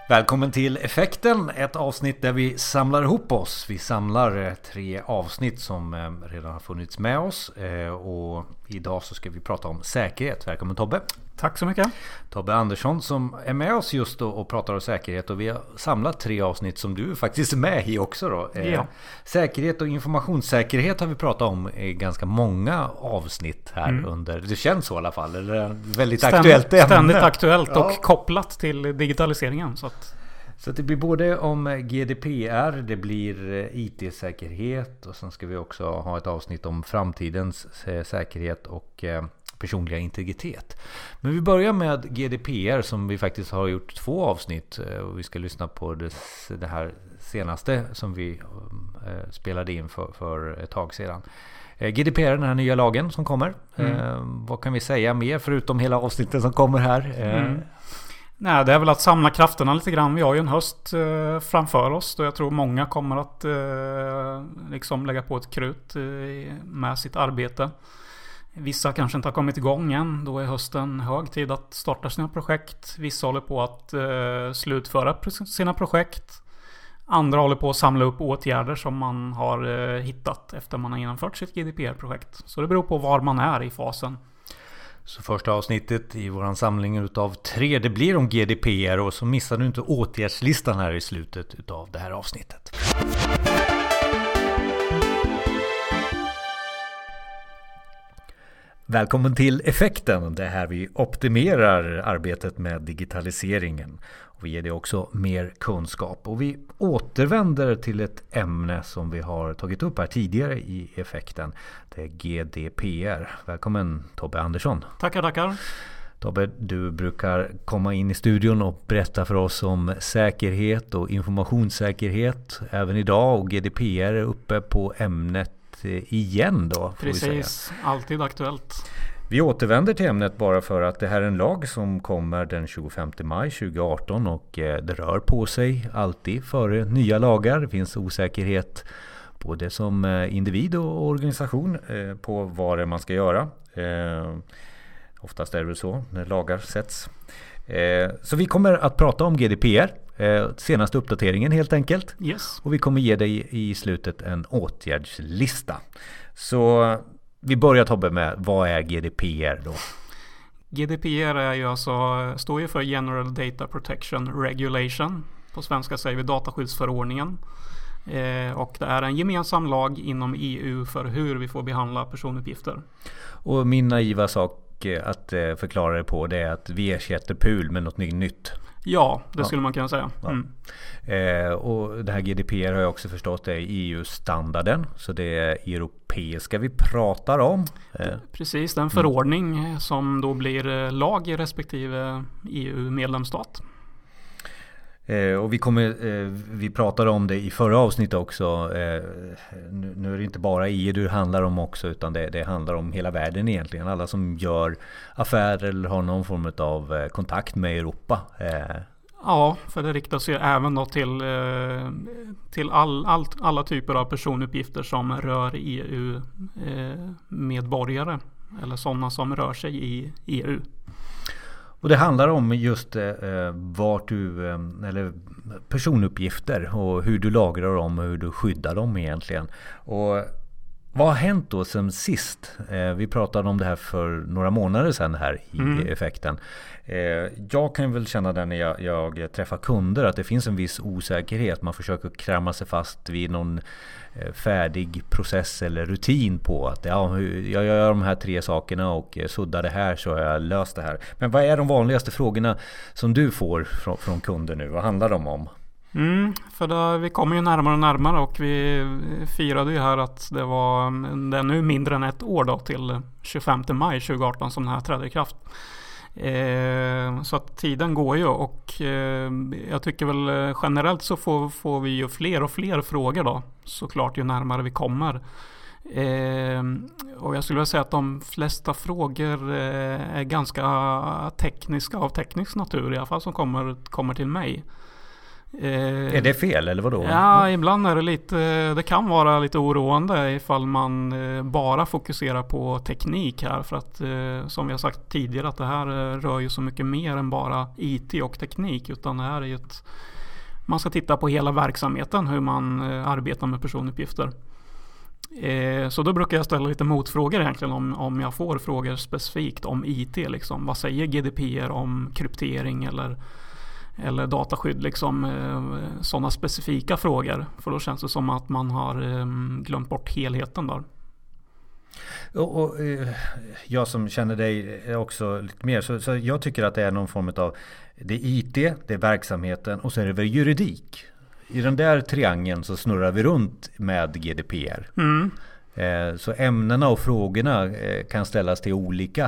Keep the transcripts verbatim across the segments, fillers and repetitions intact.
Välkommen till Effekten, ett avsnitt där vi samlar ihop oss. Vi samlar tre avsnitt som redan har funnits med oss och idag så ska vi prata om säkerhet. Välkommen Tobbe. Tack så mycket. Tobbe Andersson som är med oss just då och pratar om säkerhet, och vi har samlat tre avsnitt som du faktiskt är med i också då. Ja. Säkerhet och informationssäkerhet har vi pratat om i ganska många avsnitt här mm. under, det känns så i alla fall, eller väldigt Ständ, aktuellt ämne. Ständigt aktuellt och ja. kopplat till digitaliseringen. Så att... Så det blir både om G D P R, det blir I T-säkerhet och sen ska vi också ha ett avsnitt om framtidens säkerhet och personliga integritet. Men vi börjar med G D P R som vi faktiskt har gjort två avsnitt, och vi ska lyssna på det, det här senaste som vi eh, spelade in för, för ett tag sedan. Eh, G D P R, den här nya lagen som kommer. Mm. Eh, vad kan vi säga mer förutom hela avsnittet som kommer här? Eh, mm. Nej, det är väl att samla krafterna lite grann. Vi har ju en höst eh, framför oss då jag tror många kommer att eh, liksom lägga på ett krut eh, med sitt arbete. Vissa kanske inte har kommit igång än. Då är hösten hög tid att starta sina projekt. Vissa håller på att eh, slutföra sina projekt. Andra håller på att samla upp åtgärder som man har eh, hittat efter man har genomfört sitt G D P R-projekt. Så det beror på var man är i fasen. Så första avsnittet i våran samling utav tre, det blir om G D P R, och så missar du inte åtgärdslistan här i slutet utav det här avsnittet. Välkommen till Effekten, det här vi optimerar arbetet med digitaliseringen. Och vi ger det också mer kunskap. Och vi återvänder till ett ämne som vi har tagit upp här tidigare i Effekten. Det är G D P R. Välkommen Tobbe Andersson. Tackar, tackar. Tobbe, du brukar komma in i studion och berätta för oss om säkerhet och informationssäkerhet även idag. Och G D P R är uppe på ämnet igen då. Precis, alltid aktuellt. Vi återvänder till ämnet bara för att det här är en lag som kommer den tjugofemte maj tjugoarton, och det rör på sig alltid före nya lagar. Det finns osäkerhet både som individ och organisation på vad det man ska göra. Oftast är det så när lagar sätts. Så vi kommer att prata om G D P R, senaste uppdateringen helt enkelt. Yes. Och vi kommer ge dig i slutet en åtgärdslista. Så vi börjar Tobbe med, vad är G D P R då? G D P R är ju alltså, står ju för General Data Protection Regulation. På svenska säger vi dataskyddsförordningen. Eh, och det är en gemensam lag inom E U för hur vi får behandla personuppgifter. Och min naiva sak att förklara det på, det är att vi ersätter P U L med något nytt. Ja, det skulle ja. man kunna säga. Mm. Ja. Eh, och det här G D P R har jag också förstått är E U-standarden. Så det är europeiska vi pratar om. Eh. Precis, den förordning mm. som då blir lag i respektive E U-medlemsstat. Eh, och vi kommer eh, vi pratade om det i förra avsnittet också. Eh, nu, nu är det inte bara E U det handlar om också, utan det, det handlar om hela världen egentligen. Alla som gör affärer eller har någon form av eh, kontakt med Europa. Eh. Ja, för det riktar sig även då till, eh, till all, all, alla typer av personuppgifter som rör E U-medborgare eh, eller sådana som rör sig i E U. Och det handlar om just eh, vart du, eh, eller personuppgifter och hur du lagrar dem och hur du skyddar dem egentligen. Och vad har hänt då sen sist? Eh, vi pratade om det här för några månader sedan här i mm. Effekten. Eh, jag kan väl känna det när jag, jag träffar kunder att det finns en viss osäkerhet. Man försöker kramma sig fast vid någon eh, färdig process eller rutin på att ja, jag gör de här tre sakerna och suddar det här så har jag löst det här. Men vad är de vanligaste frågorna som du får från, från kunder nu? Vad handlar de om? Mm, för då, vi kommer ju närmare och närmare och vi firade ju här att det var det är nu mindre än ett år då till tjugofemte maj tjugoarton som den här trädde i kraft. Eh, så att tiden går ju och eh, jag tycker väl generellt så får, får vi ju fler och fler frågor då, såklart ju närmare vi kommer. Eh, och jag skulle vilja säga att de flesta frågor eh, är ganska tekniska av teknisk natur i alla fall som kommer, kommer till mig. Eh, är det fel eller vadå? Ja, ibland är det lite, det kan vara lite oroande ifall man eh, bara fokuserar på teknik här. För att eh, som vi har sagt tidigare, att det här eh, rör ju så mycket mer än bara I T och teknik. Utan det här är ju ett, man ska titta på hela verksamheten, hur man eh, arbetar med personuppgifter. Eh, så då brukar jag ställa lite motfrågor egentligen om, om jag får frågor specifikt om I T. Liksom. Vad säger G D P R om kryptering eller eller dataskydd, liksom eh, sådana specifika frågor. För då känns det som att man har eh, glömt bort helheten där. Och, och eh, jag som känner dig också lite mer, så, så jag tycker att det är någon form av, det är I T, det är verksamheten och så är det väl juridik. I den där triangeln så snurrar vi runt med G D P R. Mm. Eh, så ämnena och frågorna eh, kan ställas till olika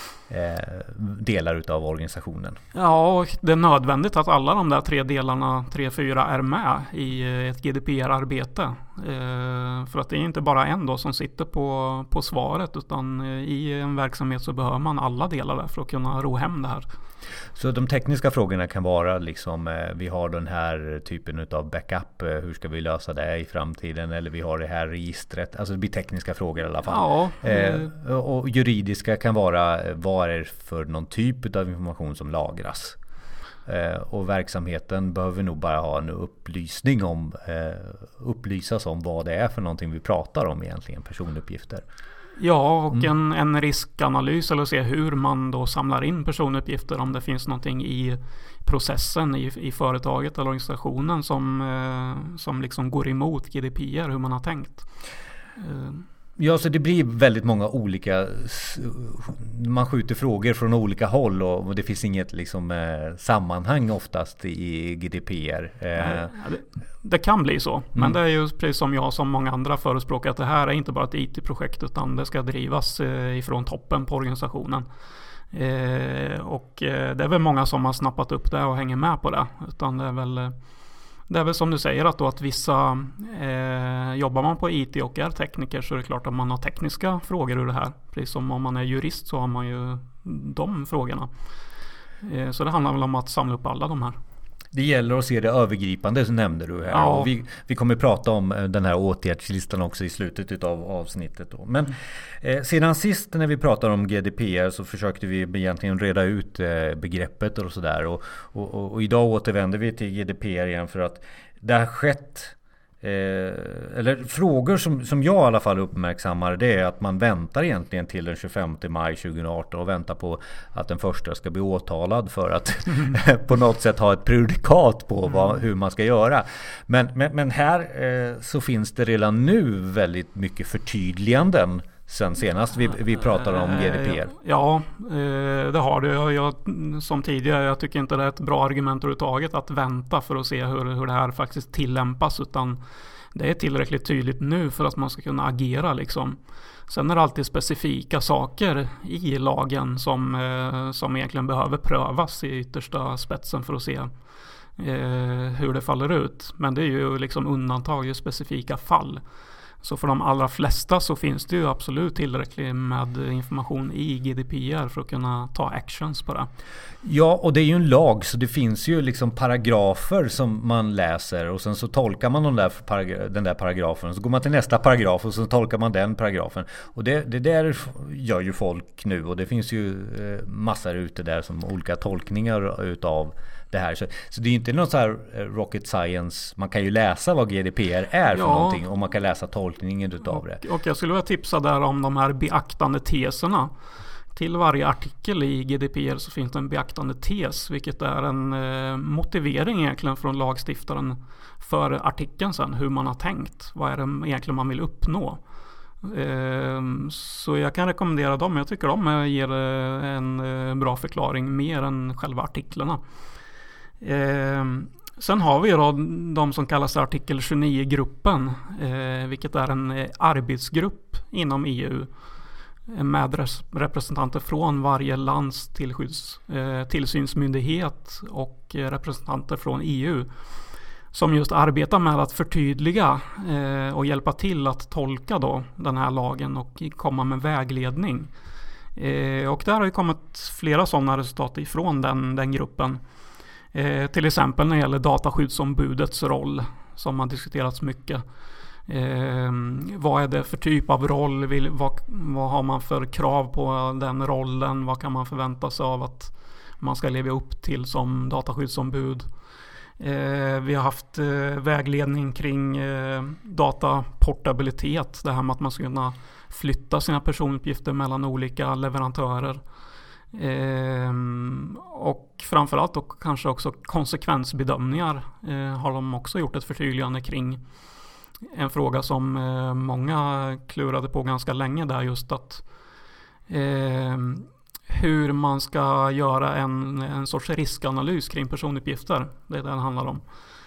delar utav organisationen. Ja, och det är nödvändigt att alla de där tre delarna, tre, fyra är med i ett G D P R-arbete. Eh, för att det är inte bara en då som sitter på, på svaret, utan i en verksamhet så behöver man alla delar där för att kunna ro hem det här. Så de tekniska frågorna kan vara liksom, eh, vi har den här typen av backup, eh, hur ska vi lösa det i framtiden, eller vi har det här registret, alltså det blir tekniska frågor i alla fall. Ja, eh, och juridiska kan vara, vad är det för någon typ av information som lagras? Eh, och verksamheten behöver nog bara ha en upplysning om, eh, upplysas om vad det är för någonting vi pratar om egentligen, personuppgifter. Ja, och Mm. en, en riskanalys, eller se hur man då samlar in personuppgifter, om det finns någonting i processen i, i företaget eller organisationen som, eh, som liksom går emot G D P R, hur man har tänkt. Eh. Ja, så det blir väldigt många olika, man skjuter frågor från olika håll och det finns inget liksom eh, sammanhang oftast i G D P R. Eh. Ja, det, det kan bli så, men mm. det är ju precis som jag som många andra förespråkar, att det här är inte bara ett I T-projekt, utan det ska drivas eh, ifrån toppen på organisationen. Eh, och eh, det är väl många som har snappat upp det och hänger med på det, utan det är väl eh, Det är väl som du säger att, då att vissa eh, jobbar man på I T och är tekniker, så är det klart att man har tekniska frågor ur det här. Precis som om man är jurist så har man ju de frågorna. Eh, så det handlar väl om att samla upp alla de här. Det gäller att se det övergripande, så nämnde du här. Ja. Och vi, vi kommer prata om den här åtgärdslistan också i slutet av avsnittet. Då. Men eh, sedan sist när vi pratade om G D P R så försökte vi egentligen reda ut eh, begreppet och sådär. Och, och, och, och idag återvänder vi till G D P R igen, för att det har skett Eh, eller frågor som, som jag i alla fall uppmärksammar, det är att man väntar egentligen till den tjugofemte maj tjugoarton och väntar på att den första ska bli åtalad för att mm. på något sätt ha ett prejudikat på vad, hur man ska göra. Men, men, men här eh, så finns det redan nu väldigt mycket förtydliganden sen senast vi, vi pratade om G D P R. Ja, det har du. Jag, jag, som tidigare, jag tycker inte det är ett bra argument överhuvudtaget att vänta för att se hur, hur det här faktiskt tillämpas, utan det är tillräckligt tydligt nu för att man ska kunna agera liksom. Sen är det alltid specifika saker i lagen som, som egentligen behöver prövas i yttersta spetsen för att se eh, hur det faller ut. Men det är ju liksom undantag i specifika fall. Så för de allra flesta så finns det ju absolut tillräckligt med information i G D P R för att kunna ta actions på det. Ja, och det är ju en lag, så det finns ju liksom paragrafer som man läser och sen så tolkar man den där, paragra- den där paragrafen och så går man till nästa paragraf och så tolkar man den paragrafen. Och det, det där gör ju folk nu, och det finns ju eh, massor ute där som olika tolkningar utav det här. Så, så det är ju inte något så här rocket science. Man kan ju läsa vad G D P R är för ja. någonting, och man kan läsa tolkningen utav det. Och, och jag skulle vilja tipsa där om de här beaktande teserna. Till varje artikel i G D P R så finns det en beaktande tes, vilket är en eh, motivering egentligen från lagstiftaren för artikeln sen, hur man har tänkt. Vad är det egentligen man vill uppnå? Eh, så jag kan rekommendera dem. Jag tycker de ger eh, en eh, bra förklaring mer än själva artiklarna. Eh, sen har vi då de som kallas artikel tjugonio-gruppen, eh, vilket är en eh, arbetsgrupp inom E U med representanter från varje lands tillskydds, eh, tillsynsmyndighet och eh, representanter från E U som just arbetar med att förtydliga eh, och hjälpa till att tolka då den här lagen och komma med vägledning. Eh, och där har ju kommit flera sådana resultat ifrån den, den gruppen. Eh, till exempel när det gäller dataskyddsombudets roll som har diskuterats mycket. Eh, vad är det för typ av roll? Vill, vad, vad har man för krav på den rollen? Vad kan man förvänta sig av att man ska leva upp till som dataskyddsombud? Eh, vi har haft eh, vägledning kring eh, dataportabilitet. Det här med att man ska kunna flytta sina personuppgifter mellan olika leverantörer. Eh, och framförallt och kanske också konsekvensbedömningar eh, har de också gjort ett förtydligande kring. En fråga som eh, många klurade på ganska länge där, just att eh, hur man ska göra en, en sorts riskanalys kring personuppgifter. Det är det det handlar om.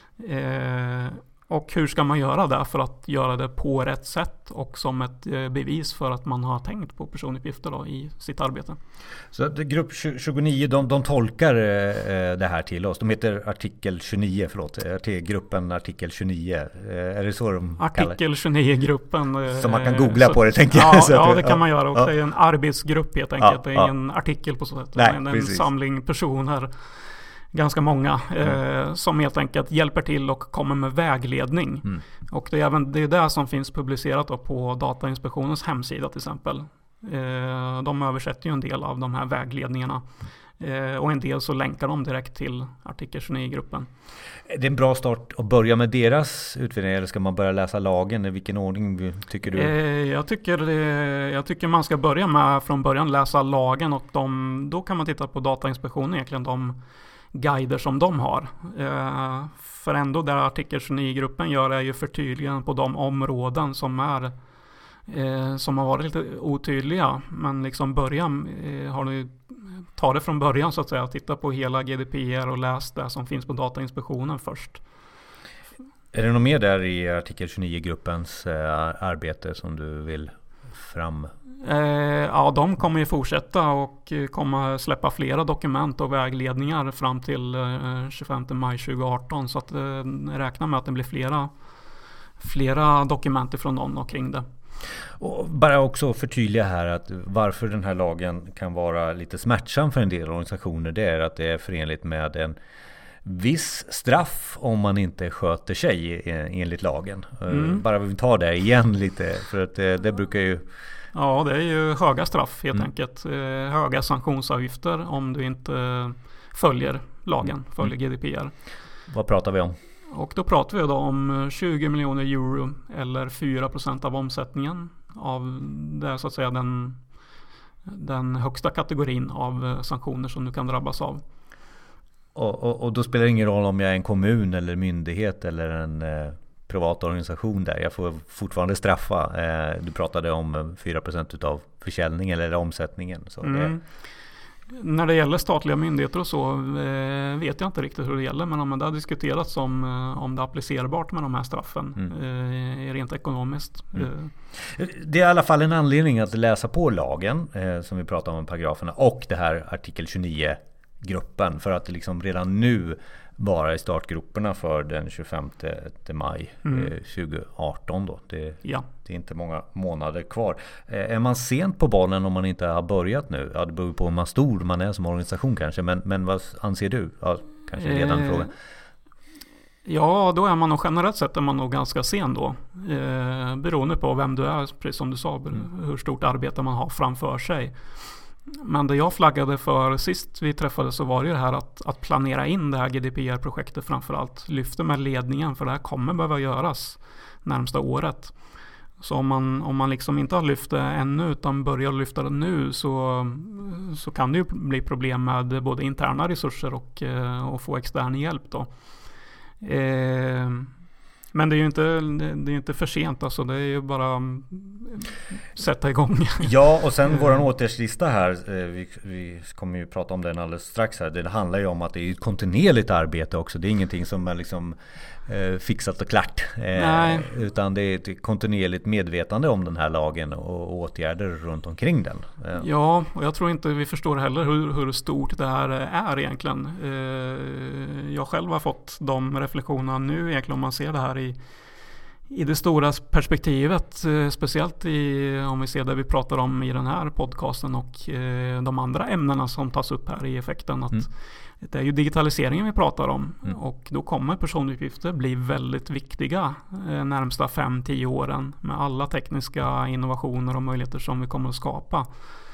Eh, och hur ska man göra det för att göra det på rätt sätt och som ett eh, bevis för att man har tänkt på personuppgifter då, i sitt arbete. Så att grupp tjugonio, de, de tolkar eh, det här till oss. De heter artikel tjugonio, förlåt. Till gruppen artikel tjugonio. Eh, är det så de Artikel tjugonio-gruppen. Eh, så man kan googla så, på det, tänker ja, jag. Så ja, att, det kan ja, man göra. Och ja. det är en arbetsgrupp helt enkelt. Ja, det är ja. en artikel på så sätt. Nej, en, en precis. samling personer. Ganska många mm. eh, som helt enkelt hjälper till och kommer med vägledning. Mm. Och det är även det är det som finns publicerat då på Datainspektionens hemsida till exempel. Eh, de översätter ju en del av de här vägledningarna. Eh, och en del så länkar de direkt till artikel tjugonio-gruppen. Är det en bra start att börja med deras utvärdering, eller ska man börja läsa lagen? I vilken ordning tycker du? Eh, jag, tycker, eh, jag tycker man ska börja med från början läsa lagen, och de, då kan man titta på Datainspektionen egentligen, de guider som de har. Eh, för ändå där artikel tjugonio-gruppen gör är ju förtydliganden på de områden som är eh, som har varit lite otydliga. Men liksom början eh, har du ta det från början så att säga, titta på hela G D P R och läs det som finns på Datainspektionen först. Är det något mer där i artikel tjugonio-gruppens eh, arbete som du vill fram? Eh, ja, de kommer ju fortsätta och kommer släppa flera dokument och vägledningar fram till eh, tjugofemte maj tjugoarton, så att eh, räkna med att det blir flera, flera dokument ifrån någon och kring det. Och bara också förtydliga här att varför den här lagen kan vara lite smärtsam för en del organisationer, det är att det är förenligt med en viss straff om man inte sköter sig enligt lagen. Mm. Bara vi tar det igen lite, för att det, det brukar ju... Ja, det är ju höga straff helt mm. enkelt. Höga sanktionsavgifter om du inte följer lagen, följer G D P R. Vad pratar vi om? Och då pratar vi då om tjugo miljoner euro eller fyra procent av omsättningen av det, så att säga den, den högsta kategorin av sanktioner som du kan drabbas av. Och, och, och då spelar det ingen roll om jag är en kommun eller myndighet eller en eh, privat organisation där. Jag får fortfarande straffa. Eh, du pratade om fyra procent utav försäljningen eller omsättningen. Så mm. det... När det gäller statliga myndigheter och så eh, vet jag inte riktigt hur det gäller, men om det har diskuterats om, eh, om det är applicerbart med de här straffen mm. eh, rent ekonomiskt. Mm. Det är i alla fall en anledning att läsa på lagen eh, som vi pratar om, paragraferna, och det här artikel tjugonio-gruppen, för att liksom redan nu vara i startgrupperna för den tjugofemte maj mm. eh, tjugoarton då. Det, ja. det är inte många månader kvar. Eh, är man sent på bollen om man inte har börjat nu? Ja, det beror på hur man stor man är som organisation kanske, men, men vad anser du? Ja, kanske redan eh, fråga. Ja, då är man nog generellt sett är man nog ganska sen då. Eh, beroende på vem du är, precis som du sa, mm. hur stort arbete man har framför sig. Men det jag flaggade för sist vi träffades så var det ju det här att, att planera in det här G D P R-projektet framförallt. Lyfta med ledningen, för det här kommer behöva göras närmsta året. Så om man, om man liksom inte har lyft det ännu utan börjar lyfta det nu, så, så kan det ju bli problem med både interna resurser och, och få extern hjälp då. Eh, Men det är ju inte, det är inte för sent, alltså. Det är ju bara sätta igång. Ja, och sen våran åtgärdslista här, vi, vi kommer ju prata om den alldeles strax här. Det handlar ju om att det är ett kontinuerligt arbete också. Det är ingenting som är liksom eh, fixat och klart. Eh, utan det är ett kontinuerligt medvetande om den här lagen och åtgärder runt omkring den. Eh. Ja, och jag tror inte vi förstår heller hur, hur stort det här är egentligen. Eh, jag själv har fått de reflektionerna nu egentligen, om man ser det här i i det stora perspektivet, eh, speciellt i, om vi ser det vi pratar om i den här podcasten och eh, de andra ämnena som tas upp här i effekten, att mm. det är ju digitaliseringen vi pratar om mm. och då kommer personuppgifter bli väldigt viktiga eh, närmsta fem till tio åren med alla tekniska innovationer och möjligheter som vi kommer att skapa.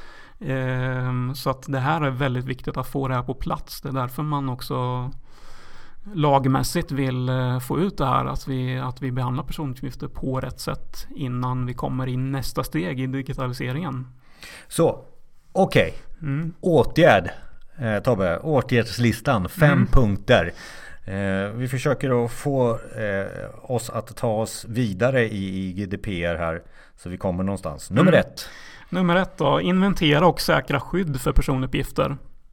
Eh, så att det här är väldigt viktigt att få det här på plats. Det är därför man också lagmässigt vill eh, få ut det här, att vi, att vi behandlar personuppgifter på rätt sätt innan vi kommer in nästa steg i digitaliseringen. Så, okej. Okay. Mm. Åtgärd. Eh, Tobbe, åtgärdslistan, fem mm. punkter. Eh, vi försöker att få eh, oss att ta oss vidare i, i G D P R här, så vi kommer någonstans. Nummer mm. ett. Nummer ett då, inventera och säkra skydd för personuppgifter.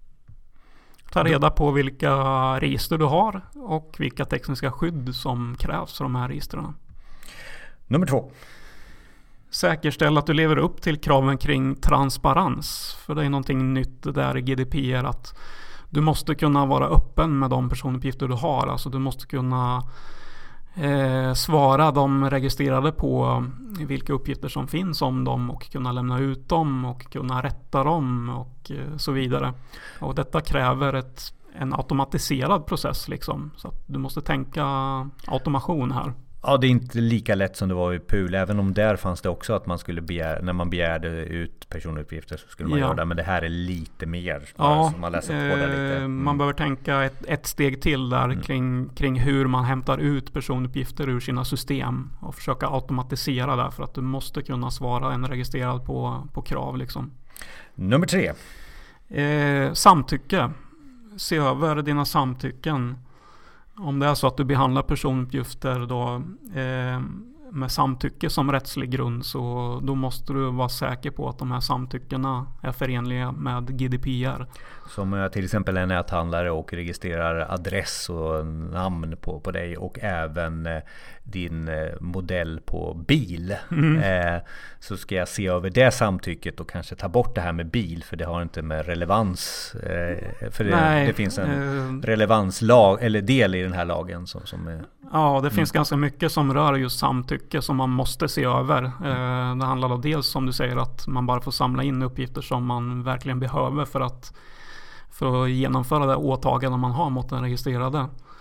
Ta reda på vilka register du har och vilka tekniska skydd som krävs för de här registren. Nummer två. Säkerställ att du lever upp till kraven kring transparens. För det är någonting nytt där i G D P R, att du måste kunna vara öppen med de personuppgifter du har. Alltså du måste kunna eh, svara de registrerade på vilka uppgifter som finns om dem och kunna lämna ut dem och kunna rätta dem och eh, så vidare. Och detta kräver ett, en automatiserad process liksom. Så att du måste tänka automation här. Ja, det är inte lika lätt som det var i P U L, även om där fanns det också att man skulle begära, när man begärde ut personuppgifter så skulle man ja. göra det, men det här är lite mer. Ja, man läser på det lite. Mm. Man behöver tänka ett, ett steg till där mm. kring, kring hur man hämtar ut personuppgifter ur sina system och försöka automatisera det, för att du måste kunna svara en registrerad på, på krav liksom. Nummer tre. Eh, samtycke. Se över dina samtycken. Om det är så att du behandlar personuppgifter då, eh, med samtycke som rättslig grund, så då måste du vara säker på att de här samtyckena är förenliga med G D P R. Som jag till exempel en näthandlare och registrerar adress och namn på, på dig och även eh, din eh, modell på bil. Mm. Eh, så ska jag se över det samtycket och kanske ta bort det här med bil, för det har inte med relevans. Eh, för det, det finns en eh, relevanslag eller del i den här lagen som, som är... Ja, det finns mm. ganska mycket som rör just samtycke som man måste se över. Eh, det handlar då dels, som du säger, att man bara får samla in uppgifter som man verkligen behöver för att, för att genomföra det åtagande man har mot den registrerade.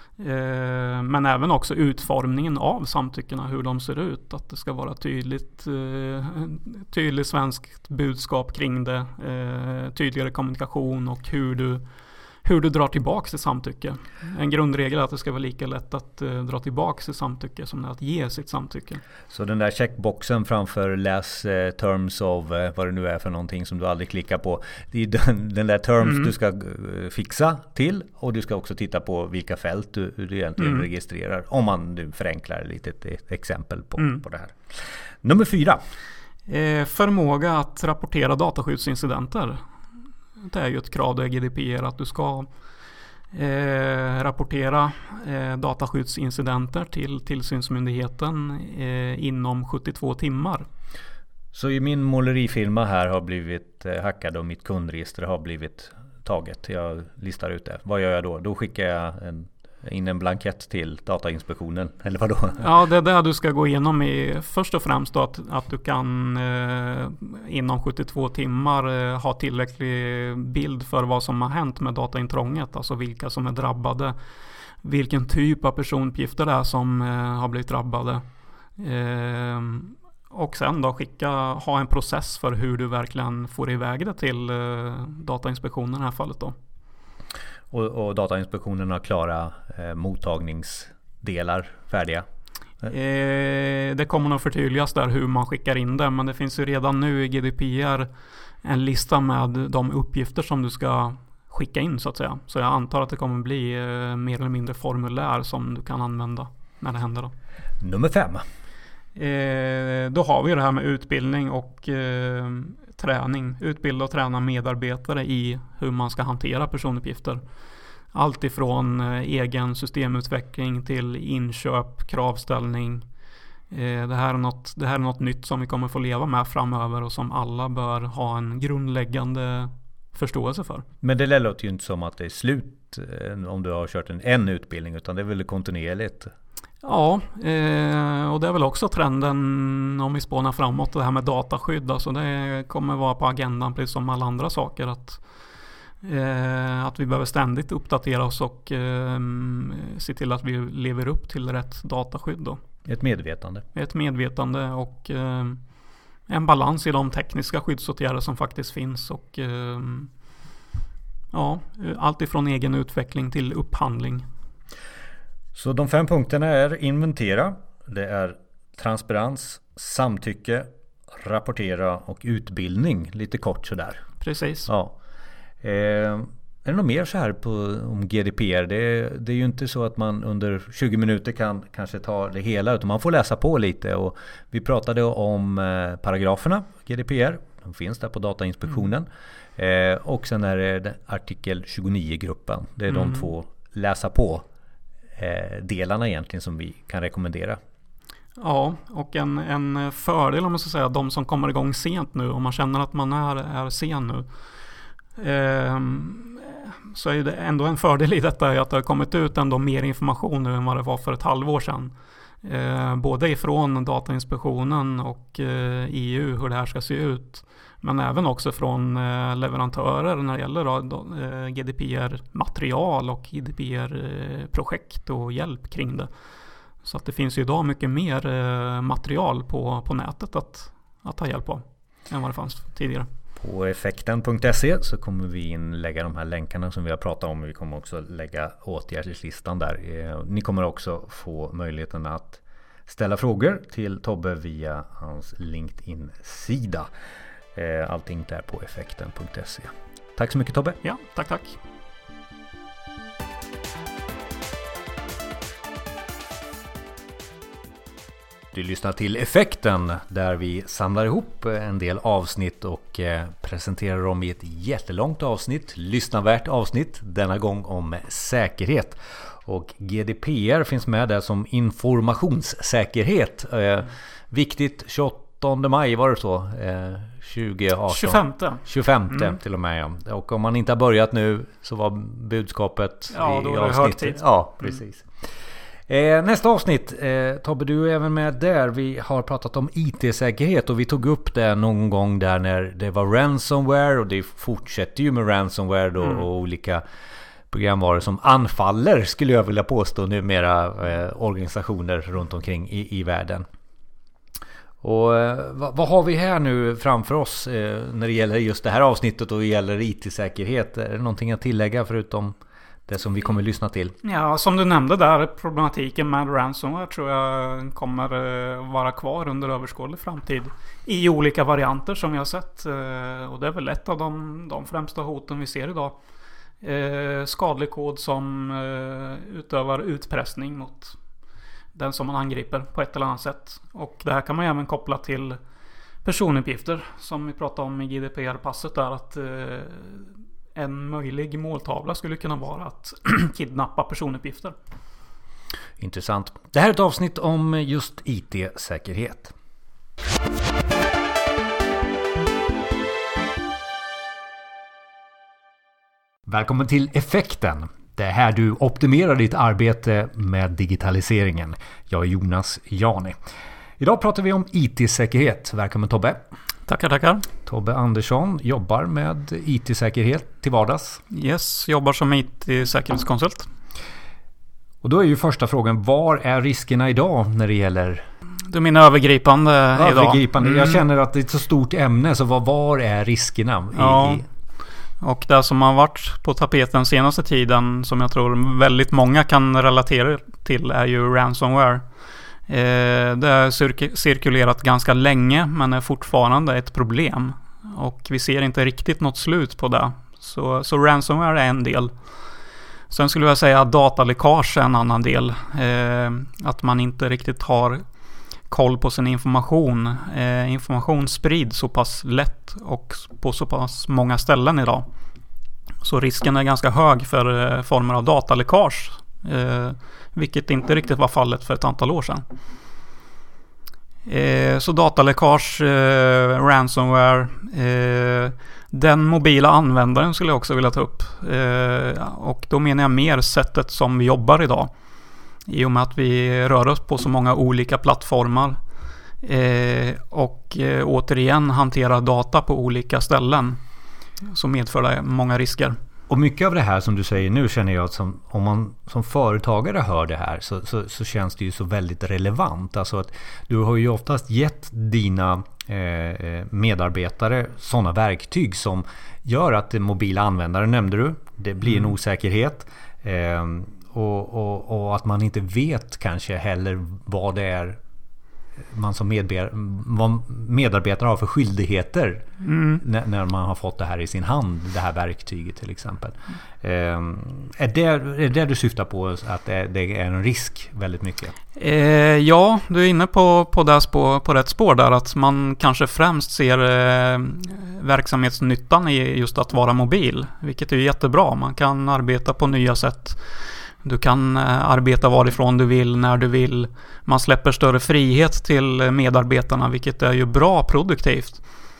Eh, men även också utformningen av samtyckena, hur de ser ut. Att det ska vara tydligt, eh, tydligt svenskt budskap kring det. Eh, tydligare kommunikation och hur du hur du drar tillbaka till samtycke. En grundregel är att det ska vara lika lätt att uh, dra tillbaka till samtycke som det är att ge sitt samtycke. Så den där checkboxen framför läs uh, terms of uh, vad det nu är för någonting som du aldrig klickar på. Det är den, den där terms mm. du ska uh, fixa till, och du ska också titta på vilka fält du, du egentligen mm. registrerar. Om man nu förenklar lite ett, ett exempel på, mm. på det här. Nummer fyra. Eh, förmåga att rapportera dataskyddsincidenter. Det är ju ett krav i G D P R att du ska eh, rapportera eh, dataskyddsincidenter till tillsynsmyndigheten eh, inom sjuttiotvå timmar. Så i min målerifirma här har blivit eh, hackad och mitt kundregister har blivit taget. Jag listar ut det. Vad gör jag då? Då skickar jag en, in en blankett till Datainspektionen, eller vad då? Ja, det är där du ska gå igenom i, först och främst då, att, att du kan eh, inom sjuttiotvå timmar eh, ha tillräcklig bild för vad som har hänt med dataintrånget, alltså vilka som är drabbade, vilken typ av personuppgifter det är som eh, har blivit drabbade. Eh, och sen då skicka, ha en process för hur du verkligen får iväg det till eh, Datainspektionen i det här fallet då. Och, och Datainspektionen har klara eh, mottagningsdelar färdiga? Eh, det kommer nog förtydligas där hur man skickar in det. Men det finns ju redan nu i G D P R en lista med de uppgifter som du ska skicka in så att säga. Så jag antar att det kommer bli eh, mer eller mindre formulär som du kan använda när det händer då. Nummer fem. Eh, då har vi ju det här med utbildning och eh, träning. Utbilda och träna medarbetare i hur man ska hantera personuppgifter. Allt ifrån eh, egen systemutveckling till inköp, kravställning. Eh, det, här är något, det här är något nytt som vi kommer få leva med framöver och som alla bör ha en grundläggande förståelse för. Men det låter ju inte som att det är slut om du har kört en, en utbildning, utan det är väl kontinuerligt? Ja, eh, och det är väl också trenden om vi spånar framåt, det här med dataskydd. Alltså det kommer vara på agendan precis som alla andra saker, att, eh, att vi behöver ständigt uppdatera oss och eh, se till att vi lever upp till rätt dataskydd då. Ett medvetande. Ett medvetande och eh, en balans i de tekniska skyddsåtgärder som faktiskt finns och eh, ja, allt ifrån egen utveckling till upphandling. Så de fem punkterna är inventera, det är transparens, samtycke, rapportera och utbildning, lite kort sådär. Precis. Ja. Eh, är det något mer så här på, om G D P R? Det är, det är ju inte så att man under tjugo minuter kan kanske ta det hela, utan man får läsa på lite. Och vi pratade om eh, paragraferna G D P R, de finns där på Datainspektionen. Mm. Eh, och sen är det artikel tjugonio-gruppen, det är mm. de två läsa på delarna egentligen som vi kan rekommendera. Ja, och en, en fördel om man ska säga, de som kommer igång sent nu, om man känner att man är, är sen nu, eh, så är det ändå en fördel i detta är att det har kommit ut ändå mer information nu än vad det var för ett halvår sedan. Eh, både ifrån Datainspektionen och eh, E U hur det här ska se ut, men även också från eh, leverantörer när det gäller då, eh, G D P R-material och G D P R-projekt och hjälp kring det. Så att det finns ju idag mycket mer eh, material på, på nätet att, att ta hjälp av än vad det fanns tidigare. På effekten punkt se så kommer vi in lägga de här länkarna som vi har pratat om. Vi kommer också lägga åtgärdslistan där. Ni kommer också få möjligheten att ställa frågor till Tobbe via hans LinkedIn-sida. Allting där på effekten punkt se. Tack så mycket Tobbe. Ja, tack tack. Du lyssnar till Effekten där vi samlar ihop en del avsnitt och presenterar dem i ett jättelångt avsnitt, lyssnarvärt avsnitt, denna gång om säkerhet. Och G D P R finns med där som informationssäkerhet. Eh, viktigt tjugoåttonde maj var det så? Eh, tjugoarton. tjugofemte. tjugofemte mm. till och med. Ja. Och om man inte har börjat nu så var budskapet ja, i, då i är det högtid. Ja, precis. Mm. Eh, nästa avsnitt, eh, Tobbe, du är även med där. Vi har pratat om I T-säkerhet och vi tog upp det någon gång där när det var ransomware, och det fortsätter ju med ransomware då, mm. och olika programvaror som anfaller, skulle jag vilja påstå, numera eh, organisationer runt omkring i, i världen. Och eh, vad, vad har vi här nu framför oss eh, när det gäller just det här avsnittet och gäller I T-säkerhet? Är det någonting att tillägga förutom det som vi kommer att lyssna till? Ja, som du nämnde där, problematiken med ransomware tror jag kommer vara kvar under överskådlig framtid i olika varianter som vi har sett. Och det är väl ett av de, de främsta hoten vi ser idag. Eh, skadlig kod som eh, utövar utpressning mot den som man angriper på ett eller annat sätt. Och det här kan man även koppla till personuppgifter som vi pratade om i G D P R-passet där, att eh, en möjlig måltavla skulle kunna vara att kidnappa personuppgifter. Intressant. Det här är ett avsnitt om just I T-säkerhet. Välkommen till Effekten. Det är här du optimerar ditt arbete med digitaliseringen. Jag är Jonas Jani. Idag pratar vi om I T-säkerhet. Välkommen Tobbe. Tackar, tackar. Tobbe Andersson jobbar med I T-säkerhet till vardags. Yes, jobbar som I T-säkerhetskonsult. Och då är ju första frågan, var är riskerna idag när det gäller... Du menar övergripande, övergripande. idag? Jag känner att det är ett så stort ämne, så var, var är riskerna? I, ja. i... Och det som har varit på tapeten senaste tiden, som jag tror väldigt många kan relatera till, är ju ransomware. Eh, det har cirk- cirkulerat ganska länge, men är fortfarande ett problem. Och vi ser inte riktigt något slut på det. Så, så ransomware är en del. Sen skulle jag säga att dataläckage är en annan del. Eh, att man inte riktigt har koll på sin information. Eh, information sprids så pass lätt och på så pass många ställen idag. Så risken är ganska hög för eh, former av dataläckage. Eh, vilket inte riktigt var fallet för ett antal år sedan. Eh, så dataläckage, eh, ransomware, eh, den mobila användaren skulle jag också vilja ta upp. Eh, och då menar jag mer sättet som vi jobbar idag. I och med att vi rör oss på så många olika plattformar. Eh, och eh, återigen hanterar data på olika ställen. Så medför det många risker. Och mycket av det här som du säger nu känner jag att som, om man som företagare hör det här så, så, så känns det ju så väldigt relevant. Alltså att du har ju oftast gett dina eh, medarbetare sådana verktyg som gör att det mobila användare, nämnde du, det blir en osäkerhet. Eh, och, och, och att man inte vet kanske heller vad det är man som medarbetare har för skilldigheter mm. när, när man har fått det här i sin hand, det här verktyget till exempel. Eh, är, det, är det du syftar på, att det, det är en risk väldigt mycket? Eh, ja, du är inne på, på, det spår, på rätt spår där, att man kanske främst ser eh, verksamhetsnyttan i just att vara mobil, vilket är jättebra. Man kan arbeta på nya sätt. Du kan arbeta varifrån du vill, när du vill. Man släpper större frihet till medarbetarna, vilket är ju bra produktivt.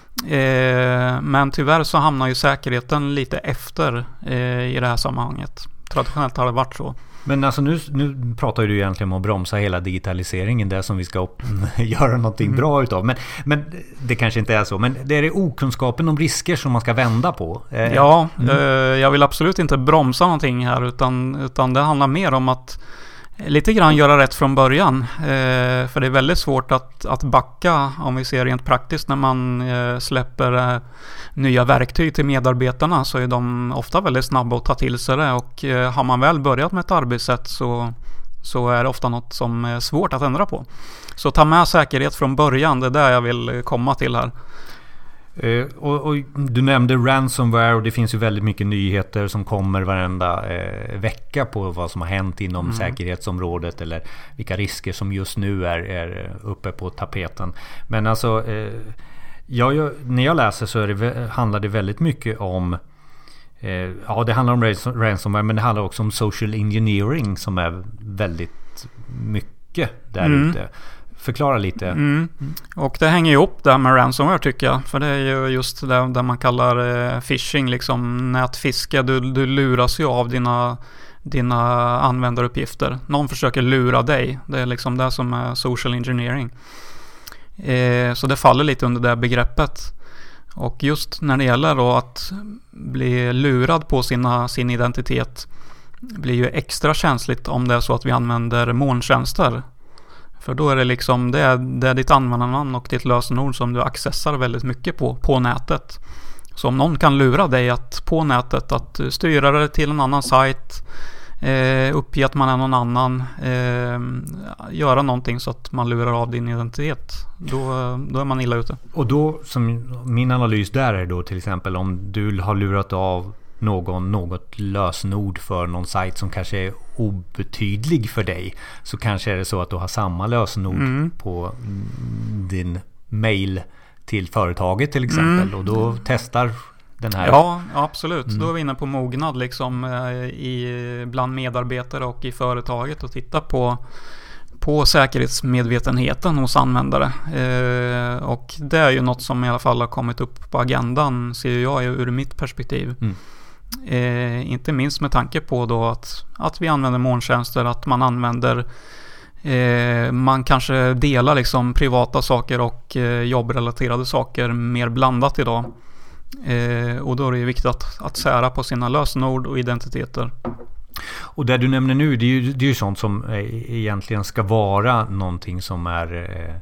Eh, men tyvärr så hamnar ju säkerheten lite efter eh, i det här sammanhanget. Traditionellt har det varit så. Men alltså nu, nu pratar ju du egentligen om att bromsa hela digitaliseringen, det som vi ska göra någonting mm. bra utav. Men, men det kanske inte är så. Men det är det okunskapen om risker som man ska vända på. Eh, ja, mm. eh, jag vill absolut inte bromsa någonting här, utan, utan det handlar mer om att lite grann göra rätt från början. Eh, för det är väldigt svårt att, att backa, om vi ser rent praktiskt, när man eh, släpper eh, nya verktyg till medarbetarna, så är de ofta väldigt snabba att ta till sig det. Och eh, har man väl börjat med ett arbetssätt så, så är det ofta något som är svårt att ändra på. Så ta med säkerhet från början, det är där jag vill komma till här. Uh, och, och du nämnde ransomware, och det finns ju väldigt mycket nyheter som kommer varenda uh, vecka på vad som har hänt inom mm. säkerhetsområdet, eller vilka risker som just nu är, är uppe på tapeten. Men alltså uh, jag, när jag läser så är det, handlar det väldigt mycket om uh, ja, det handlar om ransomware, men det handlar också om social engineering som är väldigt mycket där mm. ute. Förklara lite. Mm. Och det hänger ihop där med ransomware, tycker jag. För det är ju just det där man kallar eh, phishing, liksom nätfiske. Du, du luras ju av dina, dina användaruppgifter. Någon försöker lura dig. Det är liksom det som är social engineering. Eh, så det faller lite under det begreppet. Och just när det gäller då att bli lurad på sina, sin identitet blir ju extra känsligt om det är så att vi använder molntjänster. För då är det liksom det är, det är ditt användarnamn och ditt lösenord som du accessar väldigt mycket på på nätet. Så om någon kan lura dig att på nätet att styra det till en annan sajt, eh, uppge att man är någon annan, eh, göra någonting så att man lurar av din identitet, då, då är man illa ute. Och då, som min analys där är då till exempel, om du har lurat av någon något lösenord för någon sajt som kanske är obetydlig för dig, så kanske är det så att du har samma lösenord mm. på din mail till företaget till exempel, mm. och då testar den här. Ja, absolut. Mm. Då är vi inne på mognad liksom i, bland medarbetare och i företaget, och titta på på säkerhetsmedvetenheten hos användare. Eh, och det är ju något som i alla fall har kommit upp på agendan, ser jag ur mitt perspektiv. Mm. Eh, inte minst med tanke på då att, att vi använder molntjänster, att man använder eh, man kanske delar liksom privata saker och eh, jobbrelaterade saker mer blandat idag. Eh, och då är det viktigt att, att sära på sina lösenord och identiteter. Och det du nämner nu, det är ju, det är ju sånt som egentligen ska vara någonting som är eh,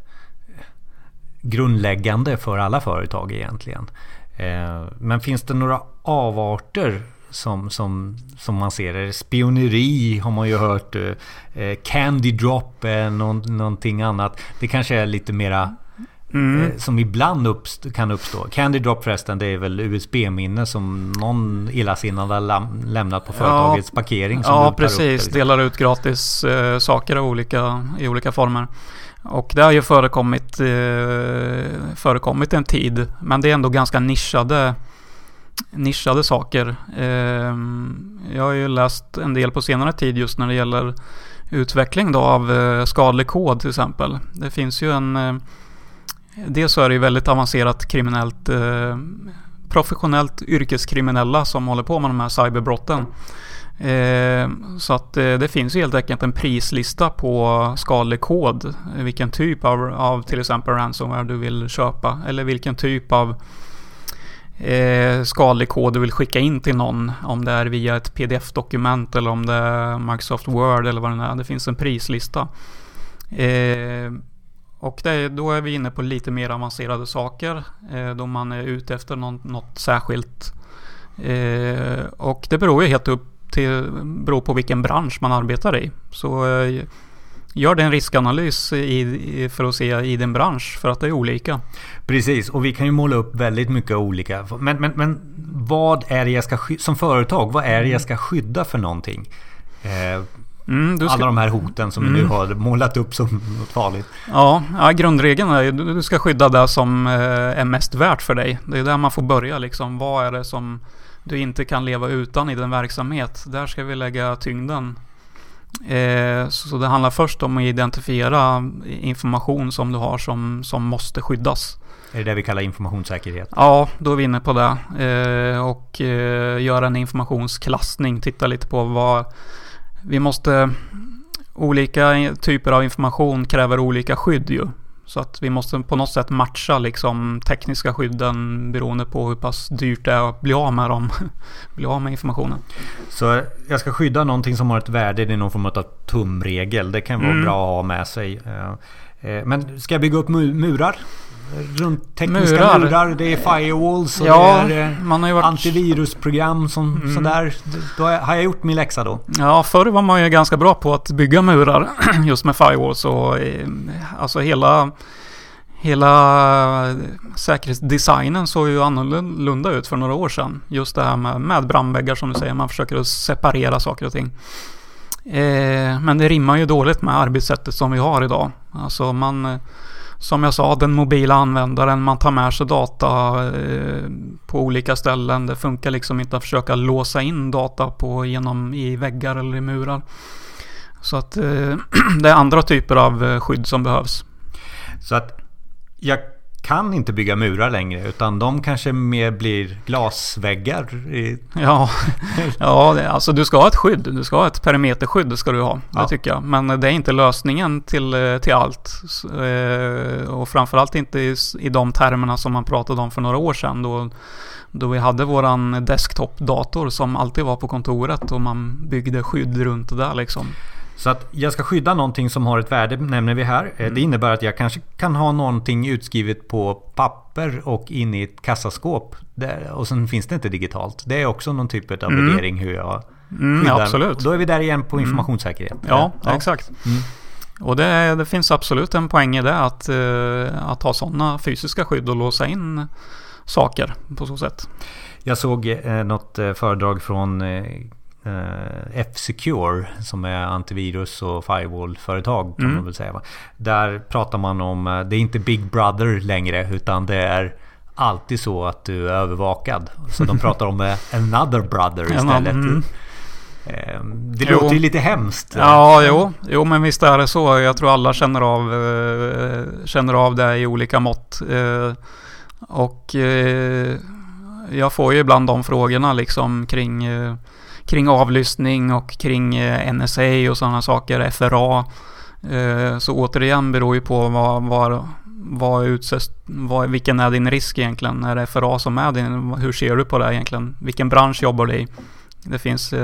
grundläggande för alla företag egentligen. Eh, men finns det några avarter som, som, som man ser? Är det spioneri har man ju hört, eh, candy drop, eh, någon, någonting annat. Det kanske är lite mera Mm. som ibland uppst- kan uppstå. Candy drop förresten, det är väl U S B-minne som någon illasinnad har lam- lämnat på företagets ja, parkering. Som ja, precis. Upp, delar ut gratis eh, saker av olika, i olika former. Och det har ju förekommit, eh, förekommit en tid, men det är ändå ganska nischade, nischade saker. Eh, jag har ju läst en del på senare tid just när det gäller utveckling då av eh, skadlig kod till exempel. Det finns ju en... Eh, dels så är det ju väldigt avancerat kriminellt... Eh, professionellt yrkeskriminella som håller på med de här cyberbrotten. Eh, så att eh, det finns helt enkelt en prislista på skadlig kod. Vilken typ av, av till exempel ransomware du vill köpa. Eller vilken typ av eh, skadlig kod du vill skicka in till någon. Om det är via ett pdf-dokument eller om det är Microsoft Word eller vad det är. Det finns en prislista. Eh, och det, då är vi inne på lite mer avancerade saker. Eh, då man är ute efter något, något särskilt. Eh, och det beror ju helt upp till, beror på vilken bransch man arbetar i. Så eh, gör det en riskanalys i, i, för att se i din bransch, för att det är olika. Precis, och vi kan ju måla upp väldigt mycket olika. Men, men, men vad är det jag ska skydda, som företag, vad är det jag ska skydda för någonting? Eh, mm, du ska, alla de här hoten som mm. vi nu har målat upp som något farligt. Ja, ja grundregeln är att du ska skydda det som eh, är mest värt för dig. Det är där man får börja liksom. Vad är det som du inte kan leva utan i din verksamhet? Där ska vi lägga tyngden. Eh, så det handlar först om att identifiera information som du har som, som måste skyddas. Är det det vi kallar informationssäkerhet? Ja, då är vi inne på det. Eh, och eh, göra en informationsklassning. Titta lite på vad vi måste... Olika typer av information kräver olika skydd ju. Så att vi måste på något sätt matcha liksom tekniska skydden beroende på hur pass dyrt det är att bli av med dem. bli av med informationen. Så jag ska skydda någonting som har ett värde, det är någon form av tumregel. Det kan vara mm. bra att ha med sig. Men ska jag bygga upp murar? Runt tekniska murar, murar det är firewalls och ja, det är man har ju varit... antivirusprogram som, mm. sådär. Då har jag gjort min läxa då. Ja, förr var man ju ganska bra på att bygga murar just med firewalls och alltså hela hela säkerhetsdesignen såg ju annorlunda ut för några år sedan. Just det här med, med brandväggar som du säger, man försöker att separera saker och ting. Eh, men det rimmar ju dåligt med arbetssättet som vi har idag. Alltså man... Som jag sa, den mobila användaren, man tar med sig data eh, på olika ställen. Det funkar liksom inte att försöka låsa in data på, genom, i väggar eller i murar. Så att eh, det är andra typer av skydd som behövs. Så att jag kan inte bygga murar längre, utan de kanske mer blir glasväggar. I... Ja, ja det, alltså du ska ha ett skydd. Du ska ha ett perimeterskydd, det ska du ha. Ja. Det tycker jag. Men det är inte lösningen till, till allt. Och framförallt inte i, i de termerna som man pratade om för några år sedan. Då, då vi hade våran desktop-dator som alltid var på kontoret och man byggde skydd runt det där liksom. Så att jag ska skydda någonting som har ett värde, nämner vi här. Mm. Det innebär att jag kanske kan ha någonting utskrivet på papper och in i ett kassaskåp. Där, och sen finns det inte digitalt. Det är också någon typ av mm. värdering hur jag mm, skyddar. Ja, absolut. Då är vi där igen på informationssäkerhet. Mm. Ja, ja, exakt. Mm. Och det, det finns absolut en poäng i det att, uh, att ha sådana fysiska skydd och låsa in saker på så sätt. Jag såg eh, något eh, föredrag från... Eh, F-Secure som är antivirus och firewall-företag kan mm. man väl säga. Där pratar man om, det är inte Big Brother längre, utan det är alltid så att du är övervakad. Så de pratar om another brother istället. Mm. Det låter jo. ju lite hemskt. Ja, jo. jo, men visst är det så. Jag tror alla känner av känner av det i olika mått. Och jag får ju ibland de frågorna liksom kring kring avlyssning och kring N S A och sådana saker, F R A. Så återigen beror ju på vad, vad, vad utsätts, vad, vilken är din risk egentligen? Är det F R A som är din? Hur ser du på det egentligen? Vilken bransch jobbar du i? Det finns...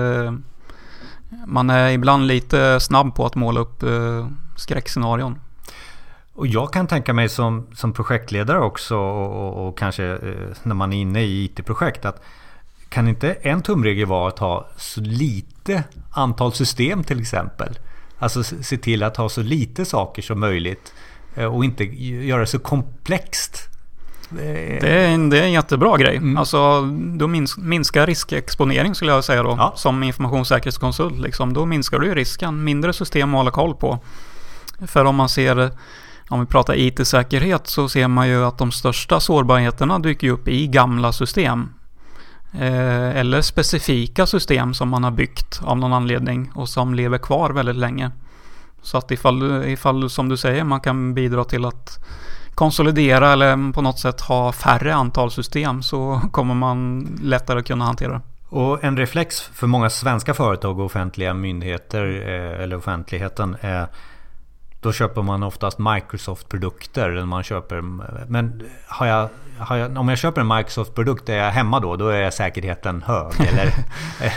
Man är ibland lite snabb på att måla upp skräckscenarion. Och jag kan tänka mig som, som projektledare också och, och, och kanske när man är inne i I T-projekt att kan inte en tumregel vara att ha så lite antal system till exempel? Alltså se till att ha så lite saker som möjligt och inte göra det så komplext. Det är en, det är en jättebra grej. Mm. Alltså, då mins, minskar riskexponering skulle jag säga då. Ja. Som informationssäkerhetskonsult. Liksom, då minskar du ju risken. Mindre system att hålla koll på. För om man ser... Om vi pratar I T-säkerhet så ser man ju att de största sårbarheterna dyker upp i gamla system. Eh, eller specifika system som man har byggt av någon anledning och som lever kvar väldigt länge. Så att ifall, ifall som du säger man kan bidra till att konsolidera eller på något sätt ha färre antal system, så kommer man lättare kunna hantera det. Och en reflex för många svenska företag och offentliga myndigheter eh, eller offentligheten är, då köper man oftast Microsoft-produkter eller man köper, men har jag, har jag, om jag köper en Microsoft-produkt, är jag hemma då, då är säkerheten hög eller eh,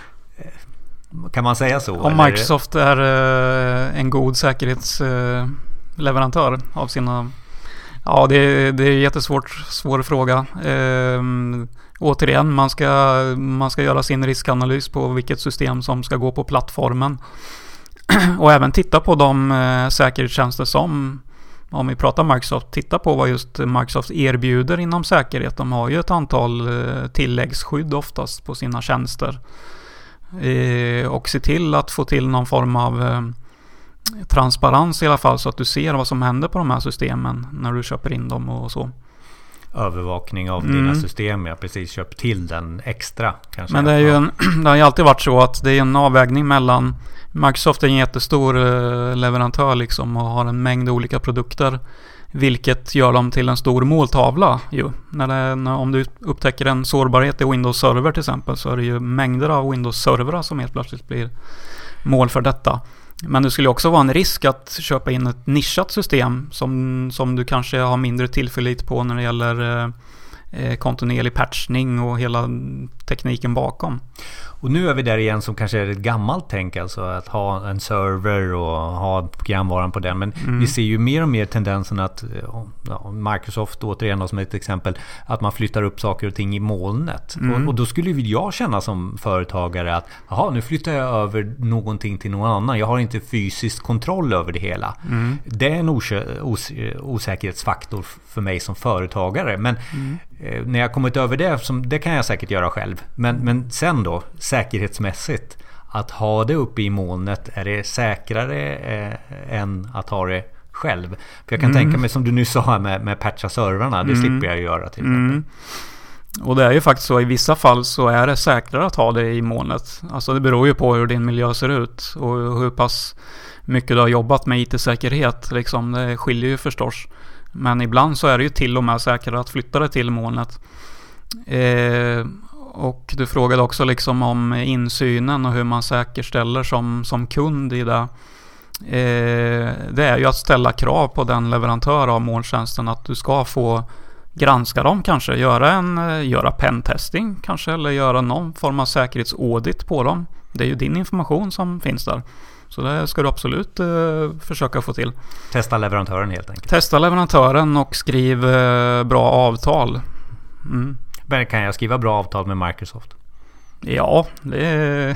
kan man säga så? Om eller? Microsoft är eh, en god säkerhetsleverantör eh, av sina... Ja, det, det är en jättesvårt svår fråga. Eh, återigen, man ska, man ska göra sin riskanalys på vilket system som ska gå på plattformen. Och även titta på de eh, säkerhetstjänster som, om vi pratar Microsoft, titta på vad just Microsoft erbjuder inom säkerhet. De har ju ett antal eh, tilläggsskydd oftast på sina tjänster. Eh, och se till att få till någon form av eh, transparens i alla fall, så att du ser vad som händer på de här systemen när du köper in dem och så. Övervakning av mm. dina system, jag precis köpt till den extra kanske. Men det är ju en, det har ju alltid varit så att det är en avvägning mellan, Microsoft är en jättestor eh, leverantör liksom och har en mängd olika produkter, vilket gör dem till en stor måltavla ju. När det, när, om du upptäcker en sårbarhet i Windows Server till exempel, så är det ju mängder av Windows Server som helt plötsligt blir mål för detta. Men det skulle också vara en risk att köpa in ett nischat system som, som du kanske har mindre tillförlit på när det gäller eh, kontinuerlig patchning och hela tekniken bakom. Och nu är vi där igen som kanske är ett gammalt tänk, alltså att ha en server och ha programvaran på den. Men mm. vi ser ju mer och mer tendensen att ja, Microsoft återigen som ett exempel, att man flyttar upp saker och ting i molnet. Mm. Och, och då skulle ju jag känna som företagare att jaha, nu flyttar jag över någonting till någon annan. Jag har inte fysisk kontroll över det hela. Mm. Det är en os- os- osäkerhetsfaktor för mig som företagare. Men mm. eh, när jag kommit över det, som, det kan jag säkert göra själv. Men, men sen då säkerhetsmässigt, att ha det uppe i molnet, är det säkrare eh, än att ha det själv? För jag kan mm. tänka mig, som du nu sa med, med patcha servrarna, det mm. slipper jag göra till exempel. Mm. Och det är ju faktiskt så, i vissa fall så är det säkrare att ha det i molnet. Alltså det beror ju på hur din miljö ser ut och hur pass mycket du har jobbat med I T-säkerhet liksom, det skiljer ju förstås. Men ibland så är det ju till och med säkrare att flytta det till molnet. Eh, och du frågade också liksom om insynen och hur man säkerställer som, som kund i det. Eh, det är ju att ställa krav på den leverantör av molntjänsten att du ska få granska dem kanske, göra en göra pentesting kanske, eller göra någon form av säkerhetsaudit på dem. Det är ju din information som finns där. Så det ska du absolut eh, försöka få till. Testa leverantören helt enkelt. Testa leverantören och skriv eh, bra avtal. Mm. Men kan jag skriva bra avtal med Microsoft? Ja, det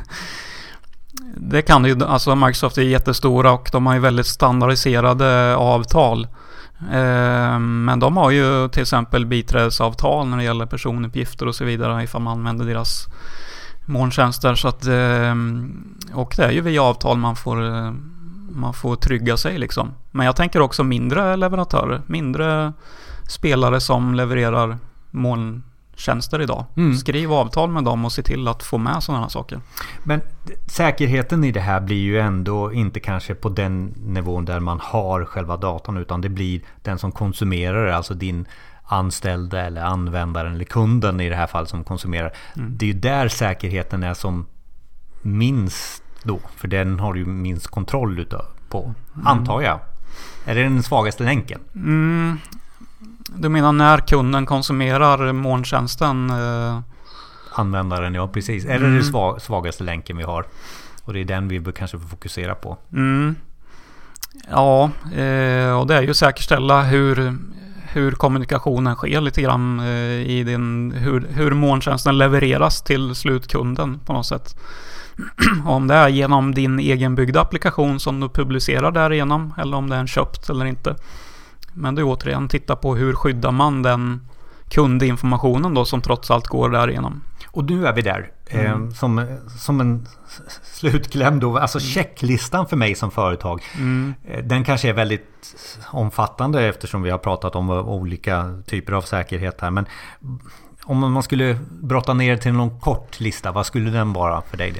det kan du ju. Alltså Microsoft är jättestora och de har ju väldigt standardiserade avtal. Eh, men de har ju till exempel biträdesavtal när det gäller personuppgifter och så vidare ifall man använder deras molntjänster, så att och det är ju via avtal man får man får trygga sig liksom. Men jag tänker också mindre leverantörer, mindre spelare som levererar molntjänster idag. Mm. Skriv avtal med dem och se till att få med sådana saker. Men säkerheten i det här blir ju ändå inte kanske på den nivån där man har själva datorn, utan det blir den som konsumerar, alltså din anställda eller användaren eller kunden i det här fallet som konsumerar. Mm. Det är ju där säkerheten är som minst då, för den har du ju minst kontroll utav på, mm. antar jag. Är det den svagaste länken? Mm. Du menar när kunden konsumerar molntjänsten? Eh... Användaren, ja precis. Är det mm. den svagaste länken vi har? Och det är den vi bör kanske fokusera på. Mm. Ja, eh, och det är ju säkerställa hur hur kommunikationen sker lite grann eh, i din, hur, hur molntjänsten levereras till slutkunden på något sätt. Om det är genom din egenbyggda applikation som du publicerar därigenom, eller om det är en köpt eller inte. Men du återigen titta på hur skyddar man den kundinformationen då som trots allt går därigenom. Och nu är vi där. Mm. Eh, som, som en slutkläm då. Alltså checklistan för mig som företag. Mm. Eh, den kanske är väldigt omfattande eftersom vi har pratat om olika typer av säkerhet här. Men om man skulle brotta ner till någon kort lista, vad skulle den vara för dig?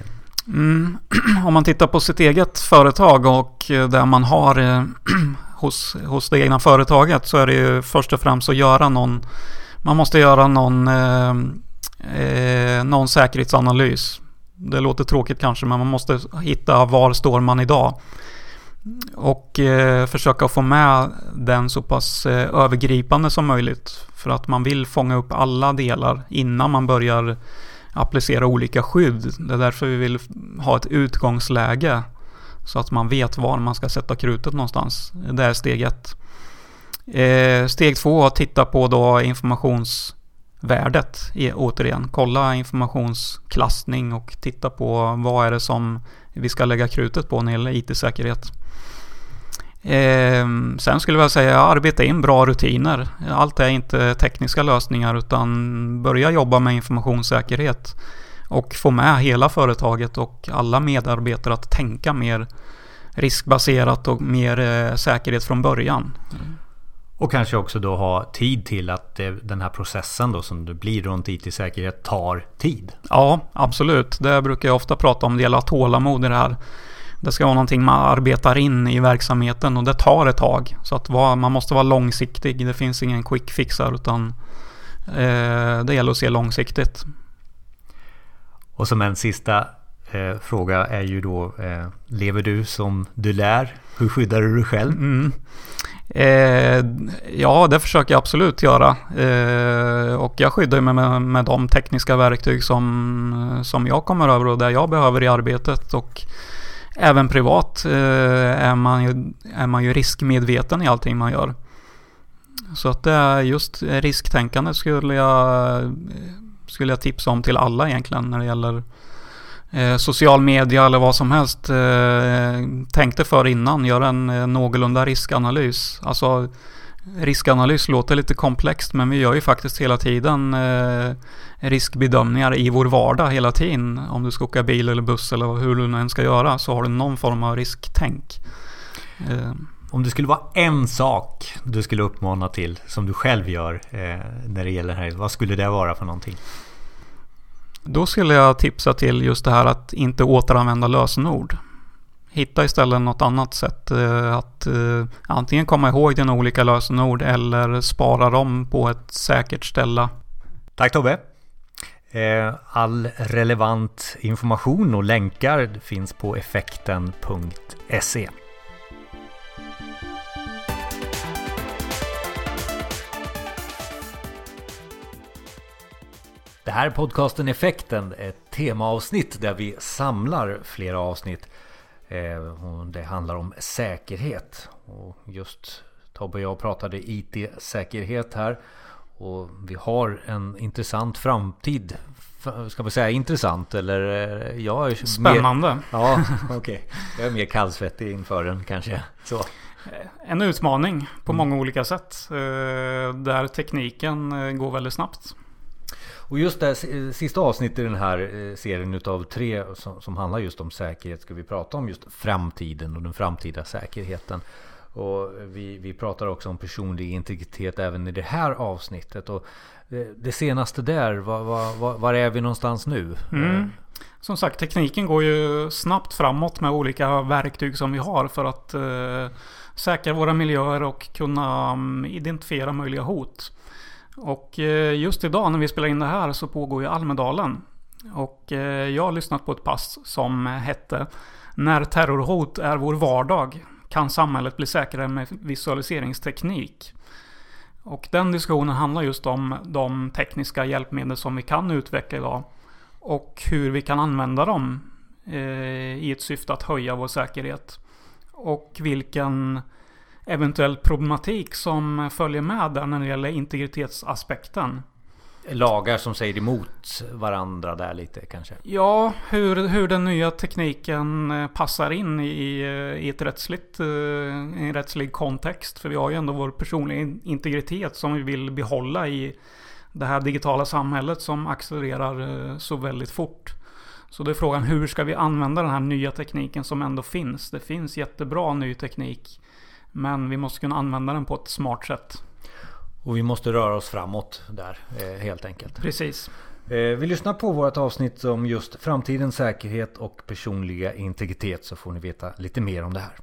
Mm. Om man tittar på sitt eget företag och där man har eh, hos, hos det egna företaget, så är det ju först och främst att göra någon, man måste göra någon, eh, eh, någon säkerhetsanalys. Det låter tråkigt kanske, men man måste hitta var står man idag och eh, försöka få med den så pass eh, övergripande som möjligt, för att man vill fånga upp alla delar innan man börjar applicera olika skydd. Det är därför vi vill ha ett utgångsläge så att man vet var man ska sätta krutet någonstans. Det är steg ett. Eh, steg två, att titta på då informationsvärdet i, återigen. Kolla informationsklassning och titta på vad är det som vi ska lägga krutet på när det gäller I T-säkerhet. Eh, sen skulle jag säga arbeta in bra rutiner. Allt är inte tekniska lösningar, utan börja jobba med informationssäkerhet och få med hela företaget och alla medarbetare att tänka mer riskbaserat och mer eh, säkerhet från början. Mm. Och kanske också då ha tid till att det, den här processen då som det blir runt I T-säkerhet tar tid. Ja, absolut. Det brukar jag ofta prata om, det gäller tålamod i det här. Det ska vara någonting man arbetar in i verksamheten och det tar ett tag. Så att vara, man måste vara långsiktig. Det finns ingen quick fixar, utan eh, det gäller att se långsiktigt. Och som en sista eh, fråga är ju då, eh, lever du som du lär? Hur skyddar du dig själv? Mm. Eh, ja, det försöker jag absolut göra. Eh, och jag skyddar mig med, med de tekniska verktyg som, som jag kommer över och där jag behöver i arbetet. Och även privat eh, är, man ju, är man ju riskmedveten i allting man gör. Så att det är just risktänkande skulle jag, skulle jag tipsa om till alla egentligen när det gäller eh, social media eller vad som helst. Eh, tänkte för innan, gör en eh, någorlunda riskanalys. Alltså riskanalys låter lite komplext, men vi gör ju faktiskt hela tiden eh, riskbedömningar i vår vardag hela tiden. Om du ska åka bil eller buss eller hur du än ska göra, så har du någon form av risktänk. Eh. Om det skulle vara en sak du skulle uppmana till som du själv gör eh, när det gäller det här, vad skulle det vara för någonting? Då skulle jag tipsa till just det här att inte återanvända lösenord. Hitta istället något annat sätt eh, att eh, antingen komma ihåg dina olika lösenord eller spara dem på ett säkert ställe. Tack Tobbe. Eh, all relevant information och länkar finns på effekten punkt se. Det här är podcasten Effekten, ett temaavsnitt där vi samlar flera avsnitt. Eh, det handlar om säkerhet. Och just Tobbe och jag pratade I T-säkerhet här. Och vi har en intressant framtid. Ska man säga intressant? Eller jag är spännande. Mer, ja, okej. Okay. Jag är mer kallsvettig inför den kanske. Så. En utmaning på mm. många olika sätt. Där tekniken går väldigt snabbt. Och just det sista avsnittet i den här serien utav tre som, som handlar just om säkerhet ska vi prata om just framtiden och den framtida säkerheten. Och vi, vi pratar också om personlig integritet även i det här avsnittet. Och det, det senaste där, var, var, var, var är vi någonstans nu? Mm. Som sagt, tekniken går ju snabbt framåt med olika verktyg som vi har för att eh, säkra våra miljöer och kunna um, identifiera möjliga hot. Och eh, just idag när vi spelar in det här så pågår ju Almedalen. Och eh, jag har lyssnat på ett pass som hette "När terrorhot är vår vardag kan samhället bli säkrare med visualiseringsteknik". Och den diskussionen handlar just om de tekniska hjälpmedel som vi kan utveckla idag och hur vi kan använda dem eh, i ett syfte att höja vår säkerhet. Och vilken eventuell problematik som följer med där när det gäller integritetsaspekten. Lagar som säger emot varandra där lite kanske. Ja, hur, hur den nya tekniken passar in i, i ett rättsligt, en rättslig kontext. För vi har ju ändå vår personliga integritet som vi vill behålla i det här digitala samhället som accelererar så väldigt fort. Så det är frågan, hur ska vi använda den här nya tekniken som ändå finns? Det finns jättebra ny teknik, men vi måste kunna använda den på ett smart sätt. Och vi måste röra oss framåt där, helt enkelt. Precis. Vi lyssnar på vårt avsnitt om just framtidens säkerhet och personliga integritet, så får ni veta lite mer om det här.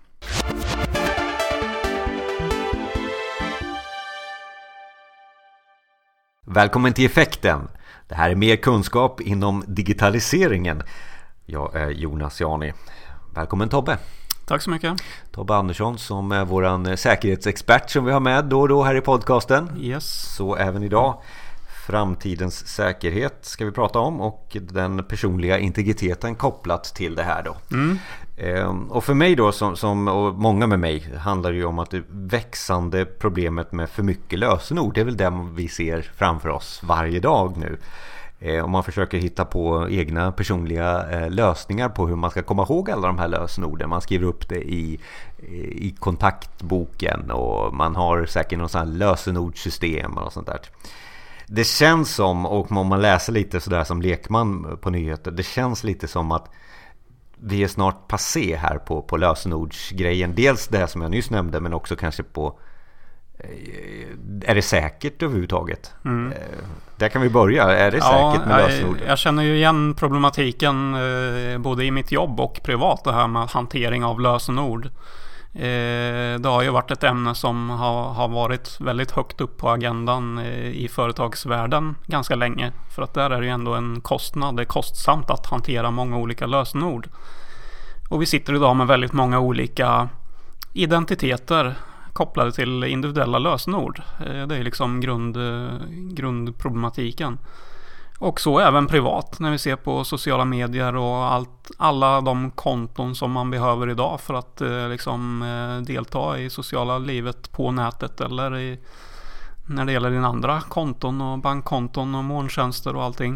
Välkommen till Effekten. Det här är mer kunskap inom digitaliseringen. Jag är Jonas Jani. Välkommen Tobbe. Tack så mycket. Tobbe Andersson som är våran säkerhetsexpert som vi har med då och då här i podcasten. Yes. Så även idag. Framtidens säkerhet ska vi prata om och den personliga integriteten kopplat till det här då. Mm. Ehm, och för mig då som, som, och många med mig handlar det ju om att det växande problemet med för mycket lösenord, det är väl det vi ser framför oss varje dag nu. Ehm, om man försöker hitta på egna personliga eh, lösningar på hur man ska komma ihåg alla de här lösenorden. Man skriver upp det i, i kontaktboken och man har säkert någon sån här lösenordssystem och sånt där. Det känns som, och om man läser lite sådär som lekman på nyheter, det känns lite som att vi är snart passé här på, på lösenordsgrejen. Dels det som jag nyss nämnde, men också kanske på är det säkert överhuvudtaget? Mm. Där kan vi börja. Är det ja, säkert med lösenord? Jag, jag känner ju igen problematiken eh, både i mitt jobb och privat, det här med hantering av lösenord. Eh, det har ju varit ett ämne som har, har varit väldigt högt upp på agendan eh, i företagsvärlden ganska länge. För att där är det ju ändå en kostnad. Det är kostsamt att hantera många olika lösenord. Och vi sitter idag med väldigt många olika identiteter kopplade till individuella lösenord. Eh, det är liksom grund, grundproblematiken. Och så även privat när vi ser på sociala medier och allt, alla de konton som man behöver idag för att eh, liksom, eh, delta i sociala livet på nätet eller i, när det gäller din andra konton och bankkonton och molntjänster och allting.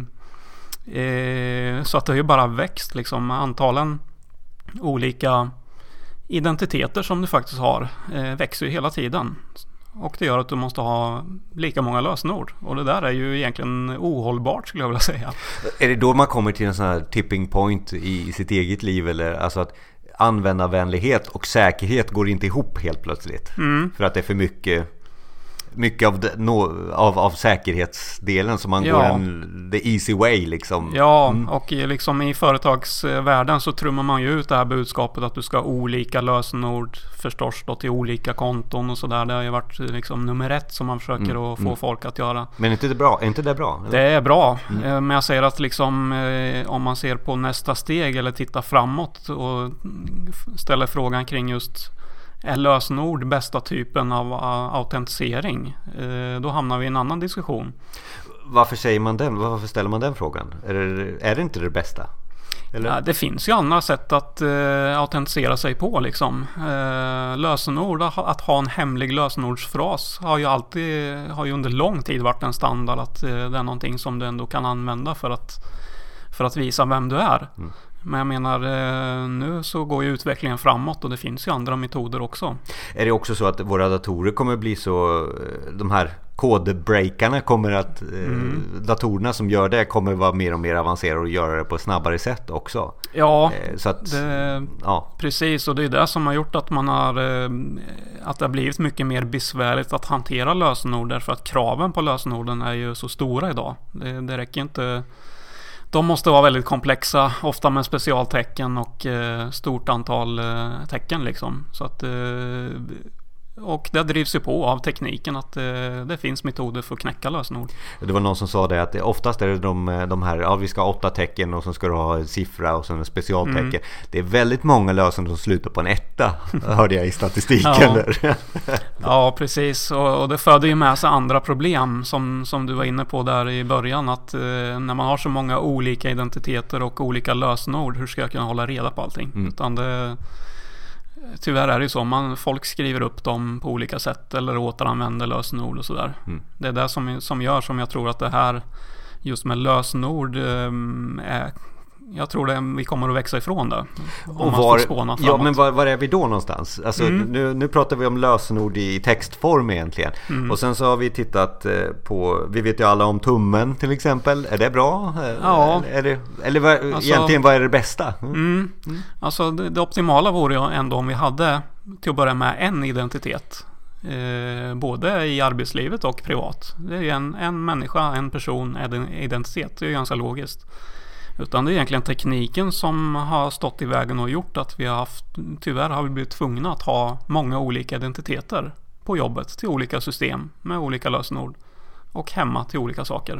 Eh, så att det har ju bara växt liksom, antalen olika identiteter som du faktiskt har eh, växer ju hela tiden. Och det gör att du måste ha lika många lösenord. Och det där är ju egentligen ohållbart skulle jag vilja säga. Är det då man kommer till en sån här tipping point i sitt eget liv? Eller alltså att användarvänlighet och säkerhet går inte ihop helt plötsligt? Mm. För att det är för mycket... Mycket av, det, no, av, av säkerhetsdelen som man ja. går en the easy way liksom. Ja, mm. och liksom i företagsvärlden så trummar man ju ut det här budskapet att du ska ha olika lösenord förstås då till olika konton och sådär. Det har ju varit liksom nummer ett som man försöker mm. att få mm. folk att göra. Men är inte det bra? Är inte det bra? Eller? Det är bra, mm. men jag säger att liksom om man ser på nästa steg eller tittar framåt och ställer frågan kring just är lösenord bästa typen av autentisering? Eh, då hamnar vi i en annan diskussion. Varför säger man den? Varför ställer man den frågan? Är det, är det inte det bästa? Eller? Ja, det finns ju andra sätt att eh, autentisera sig på liksom. Eh, lösenord, att ha en hemlig lösenordsfras har ju alltid, har ju under lång tid varit en standard att eh, det är någonting som du ändå kan använda för att, för att visa vem du är. Mm. Men jag menar, nu så går ju utvecklingen framåt och det finns ju andra metoder också. Är det också så att våra datorer kommer bli så, de här kodbreakarna kommer att, mm. datorerna som gör det kommer vara mer och mer avancerade och göra det på ett snabbare sätt också? Ja, så att, det, ja. precis, och det är det som har gjort att man har, att det har blivit mycket mer besvärligt att hantera lösenord därför att kraven på lösenorden är ju så stora idag. Det, det räcker inte... De måste vara väldigt komplexa, ofta med specialtecken och eh, stort antal eh, tecken liksom. Så att, eh, och det drivs ju på av tekniken att eh, det finns metoder för att knäcka lösenord. Det var någon som sa det att det, oftast är det de, de här, ja vi ska ha åtta tecken och så ska du ha en siffra och sen en specialtecken. Mm. Det är väldigt många lösenord som slutar på en etta, hörde jag i statistiken. Ja, ja precis. Och, och det föder ju med sig andra problem som, som du var inne på där i början. Att eh, när man har så många olika identiteter och olika lösenord, hur ska jag kunna hålla reda på allting? Mm. Utan det... Tyvärr är det ju så, man, folk skriver upp dem på olika sätt eller återanvänder lösenord och sådär. Mm. Det är det som, som gör som jag tror att det här just med lösenord um, är, jag tror det, vi kommer att växa ifrån det. Och var, ja, men var, var är vi då någonstans? Alltså, mm. nu, nu pratar vi om lösenord i textform egentligen. Mm. Och sen så har vi tittat på, vi vet ju alla om tummen till exempel. Är det bra? Ja. Är det, eller vad, alltså, egentligen vad är det bästa? Mm. Mm. Mm. Alltså det, det optimala vore ju ändå om vi hade till att börja med en identitet. Eh, både i arbetslivet och privat. Det är en, en människa, en person, en identitet. Det är ganska logiskt. Utan det är egentligen tekniken som har stått i vägen och gjort att vi har haft, tyvärr har vi blivit tvungna att ha många olika identiteter på jobbet till olika system med olika lösenord och hemma till olika saker.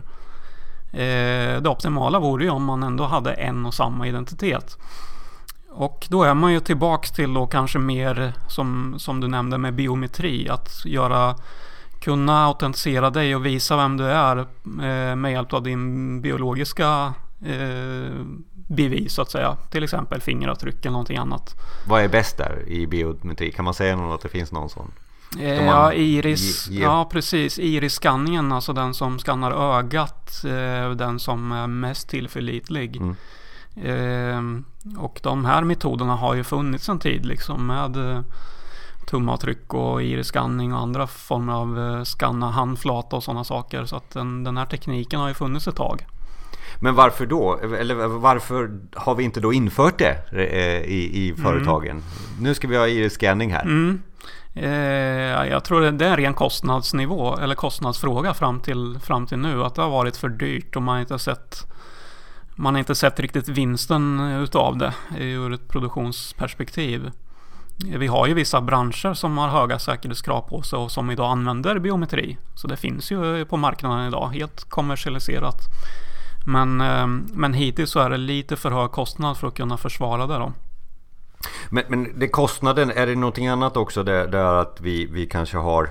Eh, det optimala vore ju om man ändå hade en och samma identitet. Och då är man ju tillbaks till då kanske mer som, som du nämnde med biometri, att göra, kunna autentisera dig och visa vem du är eh, med hjälp av din biologiska eh, bevis så att säga, till exempel fingeravtryck eller någonting annat. Vad är bäst där i biometri? Kan man säga något att det finns någon sån? Eh, ja, iris, ge, ge. ja precis, iris-skanningen, alltså den som skannar ögat, eh, den som är mest tillförlitlig. Mm. Eh, och de här metoderna har ju funnits en tid liksom med eh, tumavtryck och iris-skanning och andra former av eh, skanna handflata och sådana saker, så att den, den här tekniken har ju funnits ett tag. Men varför då? Eller varför har vi inte då infört det eh, i, i företagen? Mm. Nu ska vi ha iris-skanning här. Mm. Eh, jag tror det är en ren kostnadsnivå eller kostnadsfråga fram till, fram till nu, att det har varit för dyrt och man inte sett Man har inte sett riktigt vinsten utav det ur ett produktionsperspektiv. Vi har ju vissa branscher som har höga säkerhetskrav på sig och som idag använder biometri. Så det finns ju på marknaden idag, helt kommersialiserat. Men, men hittills så är det lite för hög kostnad för att kunna försvara det då. Men, men det kostnaden, är det någonting annat också där, där att vi, vi kanske har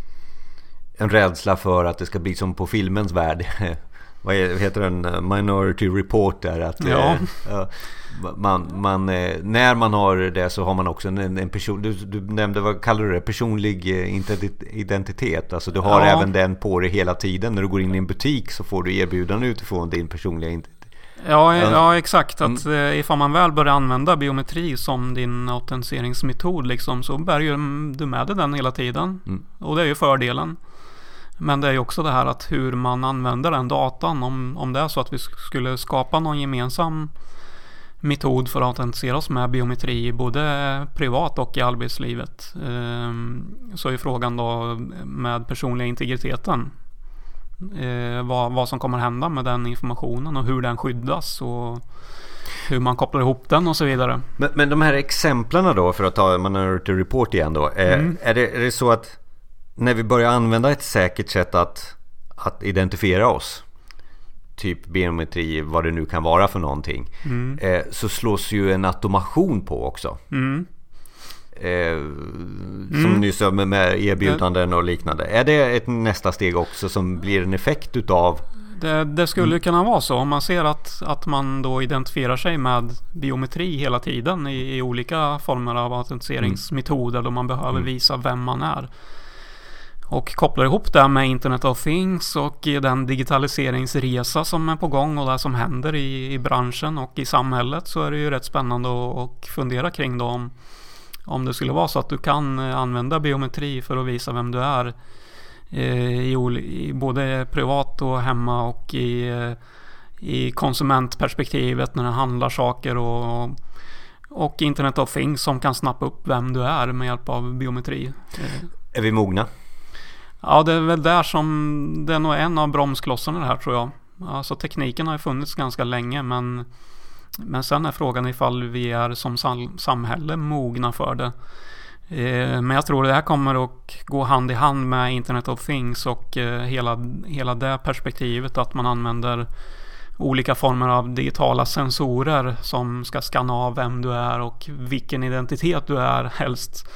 en rädsla för att det ska bli som på filmens värld? Vad heter den? Minority Report där, att ja. eh, man, man, eh, när man har det så har man också en, en person, du, du nämnde, vad kallar du det? Personlig identitet, alltså du har ja. även den på dig hela tiden. När du går in i en butik så får du erbjudanden utifrån din personliga identitet. Ja, ja, exakt. Att mm. ifall man väl börjar använda biometri som din autentiseringsmetod liksom, så bär ju du med dig den hela tiden. Mm. Och det är ju fördelen. Men det är ju också det här att hur man använder den datan. Om, om det är så att vi skulle skapa någon gemensam metod för att autentisera oss med biometri både privat och i arbetslivet, eh, så är frågan då med personliga integriteten. Eh, vad, vad som kommer hända med den informationen och hur den skyddas och hur man kopplar ihop den och så vidare. Men, men de här exemplen då, för att ta Minority Report igen då, eh, mm. är, det, är det så att när vi börjar använda ett säkert sätt att, att identifiera oss, typ biometri, vad det nu kan vara för någonting, mm. eh, så slås ju en automation på också. Mm. Eh, som mm. nyss med, med erbjudanden och liknande. Är det ett nästa steg också som blir en effekt utav? Det, det skulle mm. kunna vara så. Om man ser att, att man då identifierar sig med biometri hela tiden i, i olika former av autentiseringsmetoder mm. då man behöver mm. visa vem man är. Och kopplar ihop det med Internet of Things och den digitaliseringsresa som är på gång och det som händer i, i branschen och i samhället, så är det ju rätt spännande att, att fundera kring då om, om det skulle vara så att du kan använda biometri för att visa vem du är eh, i, i både privat och hemma och i, i konsumentperspektivet när det handlar saker och, och Internet of Things som kan snappa upp vem du är med hjälp av biometri. Är vi mogna? Ja, det är väl där som det är nog en av bromsklossarna det här, tror jag. Alltså tekniken har ju funnits ganska länge, men, men sen är frågan ifall vi är som sam- samhälle mogna för det. Eh, men jag tror det här kommer att gå hand i hand med Internet of Things och eh, hela, hela det perspektivet att man använder olika former av digitala sensorer som ska skanna av vem du är och vilken identitet du är helst.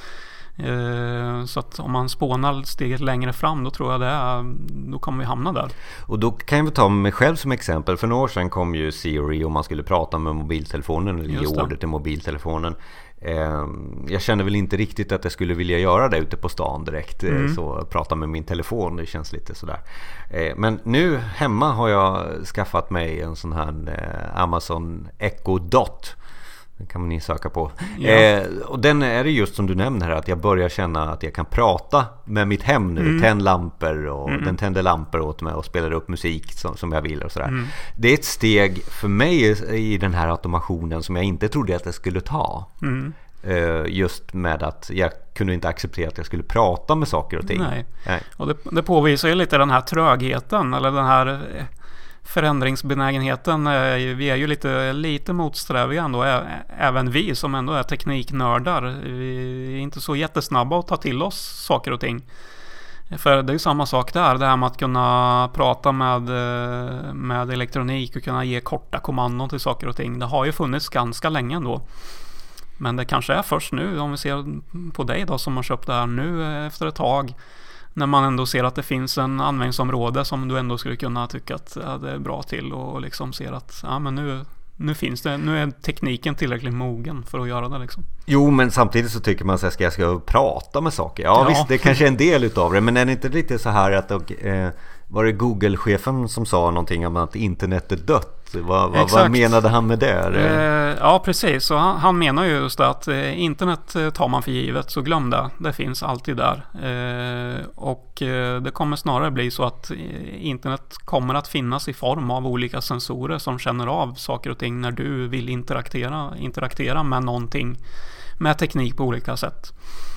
Så att om man spånar steget längre fram, då tror jag det är, då kommer vi hamna där. Och då kan jag ta mig själv som exempel. För några år sedan kom ju Siri och man skulle prata med mobiltelefonen eller ge order till mobiltelefonen. Jag kände väl inte riktigt att jag skulle vilja göra det ute på stan direkt. Mm. Så prata med min telefon, det känns lite sådär. Men nu hemma har jag skaffat mig en sån här Amazon Echo Dot. Den kan man ni söka på. Ja. Eh, och den är det just som du nämner här, att jag börjar känna att jag kan prata med mitt hem nu. Mm. Tänd lampor och mm. den tänder lampor åt mig och spelar upp musik som, som jag vill och sådär. Mm. Det är ett steg för mig i den här automationen som jag inte trodde att jag skulle ta. Mm. Just med att jag kunde inte acceptera att jag skulle prata med saker och ting. Nej. Nej. Och det, det påvisar ju lite den här trögheten eller den här förändringsbenägenheten. Vi är ju lite, lite motsträviga ändå, även vi som ändå är tekniknördar. Vi är inte så jättesnabba att ta till oss saker och ting. För det är ju samma sak där, det här med att kunna prata med, med elektronik och kunna ge korta kommandon till saker och ting. Det har ju funnits ganska länge ändå. Men det kanske är först nu, om vi ser på dig då som har köpt det här nu efter ett tag, när man ändå ser att det finns en användningsområde som du ändå skulle kunna tycka att ja, det är bra till, och liksom ser att ja, men nu, nu finns det, nu är tekniken tillräckligt mogen för att göra det liksom. Jo, men samtidigt så tycker man att ska jag ska prata med saker. Ja, ja. Visst, det kanske är en del utav det, men är det inte lite så här att eh, var det Google-chefen som sa någonting om att internet är dött? Vad, vad, vad menade han med det? Eh, ja, precis. Så han, han menar ju just att eh, internet tar man för givet, så glöm det. Det finns alltid där. Eh, och eh, det kommer snarare bli så att eh, internet kommer att finnas i form av olika sensorer som känner av saker och ting när du vill interagera, interagera med någonting, med teknik på olika sätt.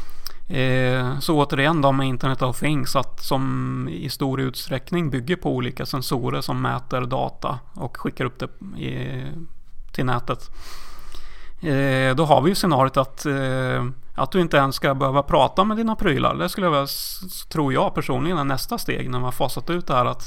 Så återigen då med Internet of Things, att som i stor utsträckning bygger på olika sensorer som mäter data och skickar upp det i, till nätet. Då har vi ju scenariot att, att du inte ens ska behöva prata med dina prylar. Det skulle jag, tror jag personligen, är nästa steg när man har fasat ut det här att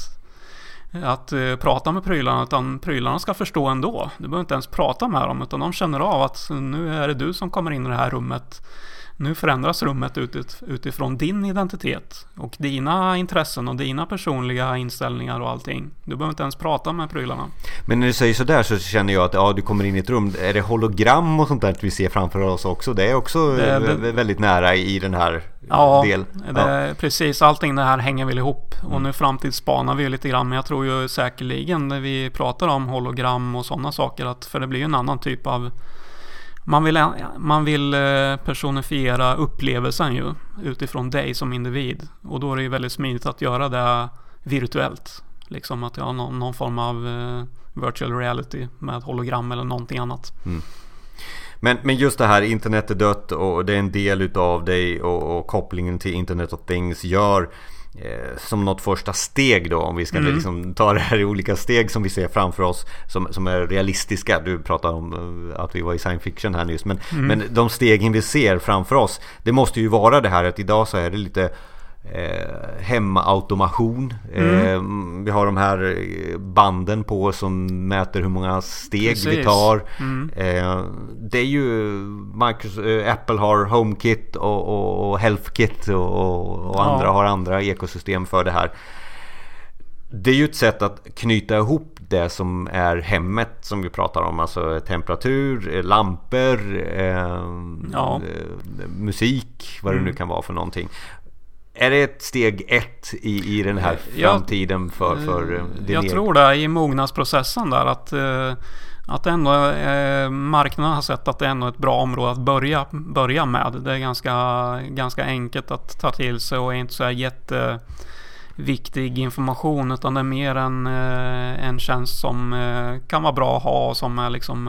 att uh, prata med prylarna, utan prylarna ska förstå ändå. Du behöver inte ens prata med dem, utan de känner av att nu är det du som kommer in i det här rummet. Nu förändras rummet utit, utifrån din identitet och dina intressen och dina personliga inställningar och allting. Du behöver inte ens prata med prylarna. Men när du säger sådär så känner jag att ja, du kommer in i ett rum. Är det hologram och sånt där vi ser framför oss också? Det är också det, det, väldigt nära i den här ja, del. Det, ja, precis. Allting det här hänger väl ihop. Och mm. nu framtidsspanar vi lite grann. Men jag tror ju säkerligen när vi pratar om hologram och sådana saker, att för det blir ju en annan typ av... Man vill, man vill personifiera upplevelsen ju utifrån dig som individ. Och då är det ju väldigt smidigt att göra det virtuellt. Liksom att jag har någon, någon form av uh, virtual reality med hologram eller någonting annat. Mm. Men, men just det här, internet är dött och det är en del utav dig, och, och kopplingen till Internet of Things gör eh, som något första steg då, om vi ska mm. liksom ta det här i olika steg som vi ser framför oss som, som är realistiska. Du pratar om uh, att vi var i science fiction här nyss, men, mm. men de stegen vi ser framför oss, det måste ju vara det här att idag så är det lite Eh, hemautomation. Mm. Eh, vi har de här banden på som mäter hur många steg Precis. vi tar. Mm. Eh, det är ju Microsoft, eh, Apple har HomeKit och, och, och HealthKit och, och ja. andra har andra ekosystem för det här. Det är ju ett sätt att knyta ihop det som är hemmet som vi pratar om, alltså temperatur, lampor, eh, ja. musik, vad det mm. nu kan vara för någonting. Är det ett steg ett i, i den här framtiden för, för din Jag egen? tror det i mognadsprocessen där att, att ändå eh, marknaden har sett att det är ändå ett bra område att börja, börja med. Det är ganska, ganska enkelt att ta till sig och är inte så här jätteviktig information, utan det är mer en, en tjänst som kan vara bra att ha och som är liksom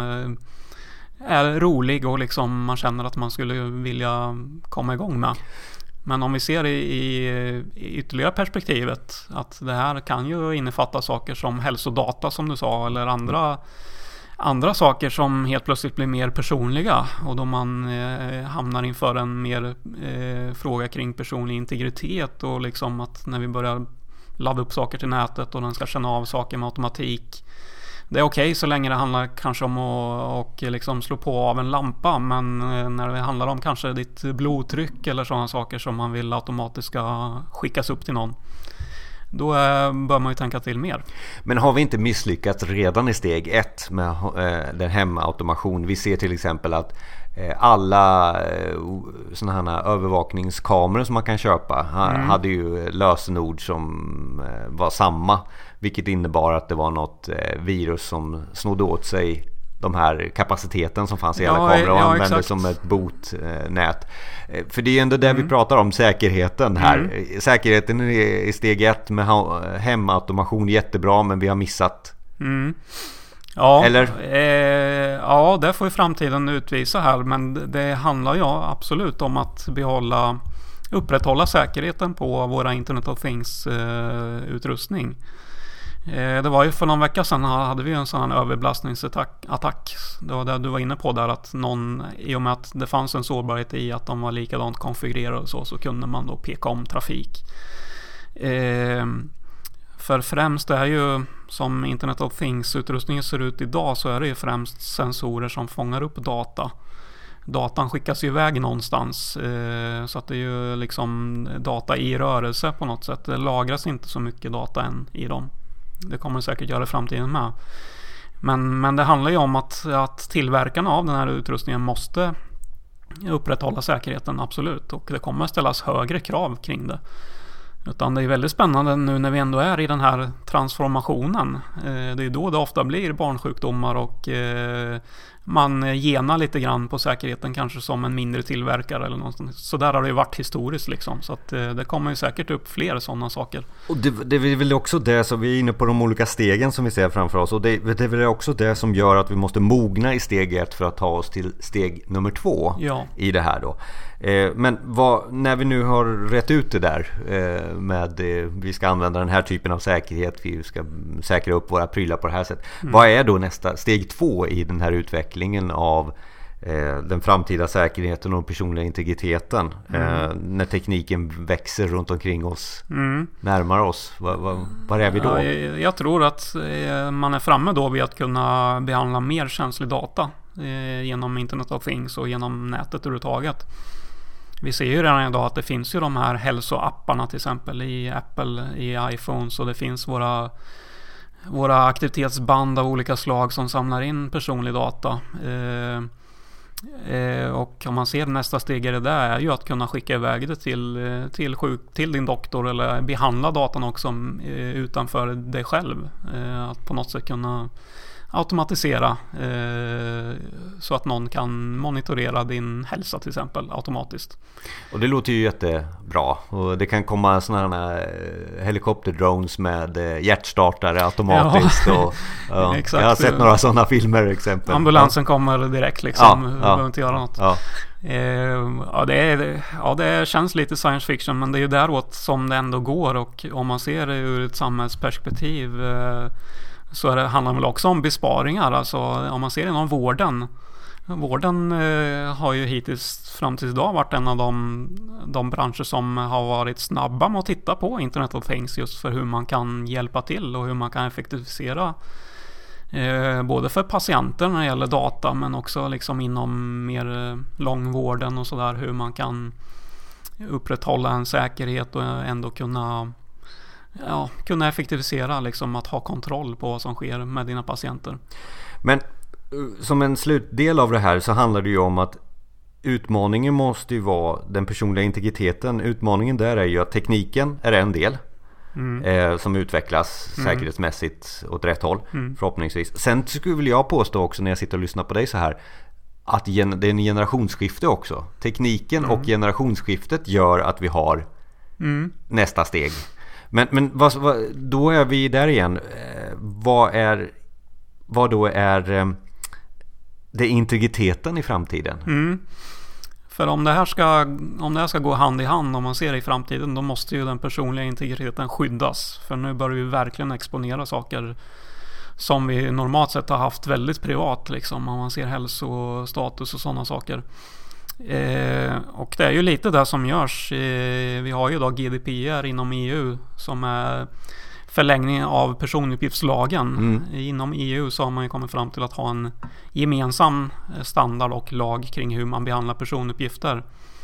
är rolig och liksom man känner att man skulle vilja komma igång med. Men om vi ser i, i, i ytterligare perspektivet att det här kan ju innefatta saker som hälsodata som du sa, eller andra, andra saker som helt plötsligt blir mer personliga, och då man eh, hamnar inför en mer eh, fråga kring personlig integritet, och liksom att när vi börjar ladda upp saker till nätet och den ska känna av saker med automatik. Det är okej okay, så länge det handlar kanske om att och liksom slå på av en lampa, men när det handlar om kanske ditt blodtryck eller sådana saker som man vill automatiskt ska skickas upp till någon, då bör man ju tänka till mer. Men har vi inte misslyckats redan i steg ett med eh, den hemautomation? Vi ser till exempel att eh, alla eh, sådana här övervakningskameror som man kan köpa mm. hade ju lösenord som eh, var samma, vilket innebar att det var något eh, virus som snodde åt sig de här kapaciteten som fanns i alla ja, kameror och ja, använde exakt. som ett botnät. Eh, för det är ändå det mm. vi pratar om, säkerheten här. Mm. Säkerheten i steg ett med hemautomation jättebra, men vi har missat. Mm. Ja, Eller? Eh, ja, det får ju framtiden utvisa här, men det handlar ju absolut om att behålla, upprätthålla säkerheten på våra Internet of Things eh, utrustning. Eh, det var ju för någon vecka sedan hade vi en sån här överbelastningsattack. Attack. Det var det du var inne på där, att någon, i och med att det fanns en sårbarhet i att de var likadant konfigurerade och så, så kunde man då peka om trafik. Eh, För främst är ju, som Internet of Things-utrustningen ser ut idag, så är det ju främst sensorer som fångar upp data. Datan skickas ju iväg någonstans, eh, så att det är ju liksom data i rörelse på något sätt. Det lagras inte så mycket data än i dem. Det kommer det säkert göra i framtiden med. Men, men det handlar ju om att, att tillverkarna av den här utrustningen måste upprätthålla säkerheten, absolut. Och det kommer ställas högre krav kring det. Utan det är väldigt spännande nu när vi ändå är i den här transformationen. Det är då det ofta blir barnsjukdomar och man genar lite grann på säkerheten, kanske som en mindre tillverkare eller något. Så där har det ju varit historiskt liksom. Så att det kommer ju säkert upp fler sådana saker. Och det, det är väl också det som vi är inne på, de olika stegen som vi ser framför oss. Och det, det är väl också det som gör att vi måste mogna i steg ett för att ta oss till steg nummer två ja. i det här då. Eh, men vad, när vi nu har rätt ut det där eh, med eh, vi ska använda den här typen av säkerhet, vi ska säkra upp våra prylar på det här sättet. Mm. Vad är då nästa steg två i den här utvecklingen av eh, den framtida säkerheten och den personliga integriteten mm. eh, när tekniken växer runt omkring oss, mm. närmar oss? Var, var, var är vi då? Ja, jag, jag tror att eh, man är framme då vid att kunna behandla mer känslig data eh, genom Internet of Things och genom nätet överhuvudtaget. Vi ser ju redan idag att det finns ju de här hälsoapparna till exempel i Apple, i iPhones, och det finns våra, våra aktivitetsband av olika slag som samlar in personlig data. Eh, eh, och om man ser nästa steg i det där är ju att kunna skicka iväg det till, till, sjuk, till din doktor eller behandla datan också eh, utanför dig själv. Eh, att på något sätt kunna automatisera eh, så att någon kan monitorera din hälsa till exempel automatiskt. Och det låter ju jättebra, och det kan komma sådana här helikopterdrones med hjärtstartare automatiskt. Ja. Och, ja. Exakt. Jag har sett några sådana filmer exempel. Ambulansen ja. kommer direkt liksom, ja, du ja. behöver inte göra något. Ja. Eh, ja, det är, ja, det känns lite science fiction, men det är ju däråt som det ändå går, och om man ser det ur ett samhällsperspektiv eh, så är det, handlar det väl också om besparingar. Alltså om man ser inom vården. Vården eh, har ju hittills fram till idag varit en av de, de branscher som har varit snabba med att titta på Internet of Things, just för hur man kan hjälpa till och hur man kan effektivisera eh, både för patienter när det gäller data, men också liksom inom mer eh, långvården och sådär, hur man kan upprätthålla en säkerhet och ändå kunna Ja, kunna effektivisera, liksom att ha kontroll på vad som sker med dina patienter. Men som en slutdel av det här så handlar det ju om att utmaningen måste ju vara den personliga integriteten. Utmaningen där är ju att tekniken är en del mm. eh, som utvecklas mm. säkerhetsmässigt åt rätt håll mm. förhoppningsvis. Sen skulle jag påstå också när jag sitter och lyssnar på dig så här att gen- det är en generationsskifte också. Tekniken mm. och generationsskiftet gör att vi har mm. nästa steg. Men, men vad, vad, då är vi där igen. Eh, vad är vad då är eh, det integriteten i framtiden? Mm. För om det här ska om det här ska gå hand i hand, om man ser det i framtiden, då måste ju den personliga integriteten skyddas. För nu börjar vi verkligen exponera saker som vi normalt sett har haft väldigt privat, liksom, om man ser hälsostatus och sådana saker. Eh, och det är ju lite det som görs. Eh, vi har ju då G D P R inom E U som är förlängning av personuppgiftslagen. Mm. Inom E U så har man ju kommit fram till att ha en gemensam standard och lag kring hur man behandlar personuppgifter.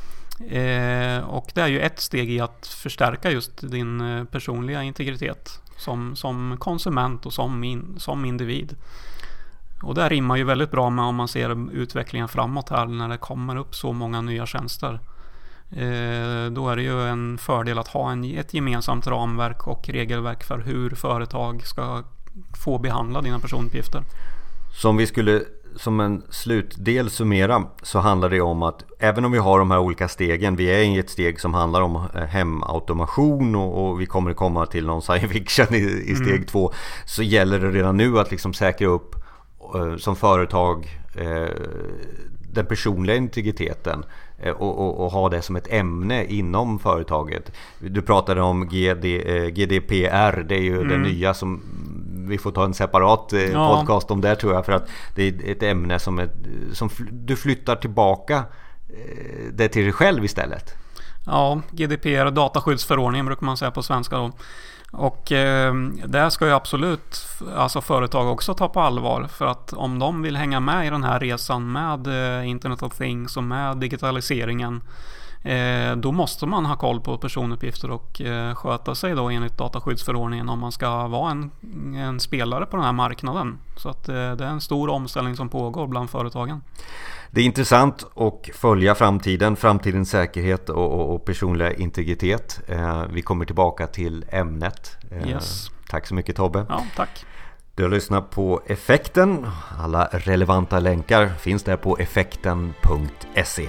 Eh, och det är ju ett steg i att förstärka just din personliga integritet som, som konsument och som, in, som individ. Och det rimmar ju väldigt bra med om man ser utvecklingen framåt här när det kommer upp så många nya tjänster. Eh, då är det ju en fördel att ha en, ett gemensamt ramverk och regelverk för hur företag ska få behandla dina personuppgifter. Som vi skulle som en slutdel summera så handlar det om att även om vi har de här olika stegen, vi är i ett steg som handlar om hemautomation och, och vi kommer komma till någon science fiction i, i steg mm. två, så gäller det redan nu att liksom säkra upp som företag den personliga integriteten och, och, och ha det som ett ämne inom företaget. Du pratade om G D, G D P R, det är ju mm. det nya som vi får ta en separat ja. podcast om det tror jag, för att det är ett ämne som, är, som du flyttar tillbaka det till dig själv istället. Ja, G D P R, dataskyddsförordningen brukar man säga på svenska då. Och eh, det ska ju absolut alltså företag också ta på allvar, för att om de vill hänga med i den här resan med eh, Internet of Things och med digitaliseringen, eh, då måste man ha koll på personuppgifter och eh, sköta sig då enligt dataskyddsförordningen om man ska vara en, en spelare på den här marknaden. Så att eh, det är en stor omställning som pågår bland företagen. Det är intressant att följa framtiden, framtidens säkerhet och, och, och personliga integritet. Eh, vi kommer tillbaka till ämnet. Eh, yes. Tack så mycket Tobbe. Ja, tack. Du har lyssnat på Effekten. Alla relevanta länkar finns där på effekten punkt se.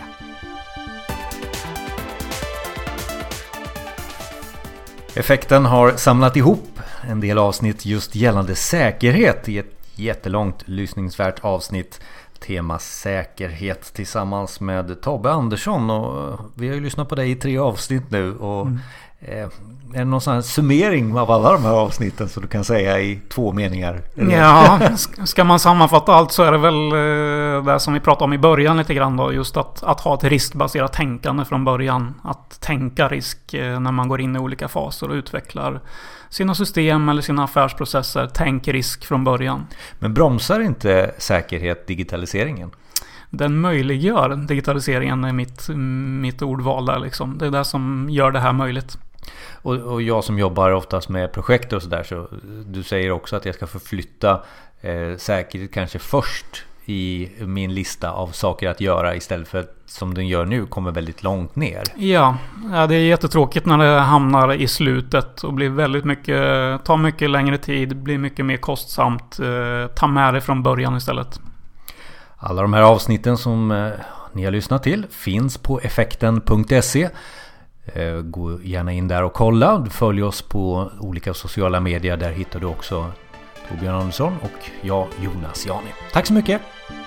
Effekten har samlat ihop en del avsnitt just gällande säkerhet i ett jättelångt lyssningsvärt avsnitt. Tema säkerhet tillsammans med Tobbe Andersson, och vi har ju lyssnat på dig i tre avsnitt nu och mm. eh, är det någon sån här summering av alla de här avsnitten så du kan säga i två meningar? Eller? Ja, ska man sammanfatta allt så är det väl eh, det som vi pratade om i början lite grann då, just att, att ha ett riskbaserat tänkande från början, att tänka risk eh, när man går in i olika faser och utvecklar sina system eller sina affärsprocesser. Tänk risk från början. Men bromsar inte säkerhet digitaliseringen? Den möjliggör digitaliseringen, är mitt, mitt ordval där liksom. Det är det som gör det här möjligt. Och, och jag som jobbar oftast med projekt och sådär, så du säger också att jag ska förflytta eh, säkerhet kanske först i min lista av saker att göra istället för att, som den gör nu, kommer väldigt långt ner. Ja, ja, det är jättetråkigt när det hamnar i slutet och blir väldigt mycket, tar mycket längre tid, blir mycket mer kostsamt. Eh, ta med det från början istället. Alla de här avsnitten som eh, ni har lyssnat till finns på effekten punkt se. Eh, gå gärna in där och kolla. Följ oss på olika sociala medier. Där hittar du också Torbjörn Andersson och jag, Jonas Jani. Tack så mycket!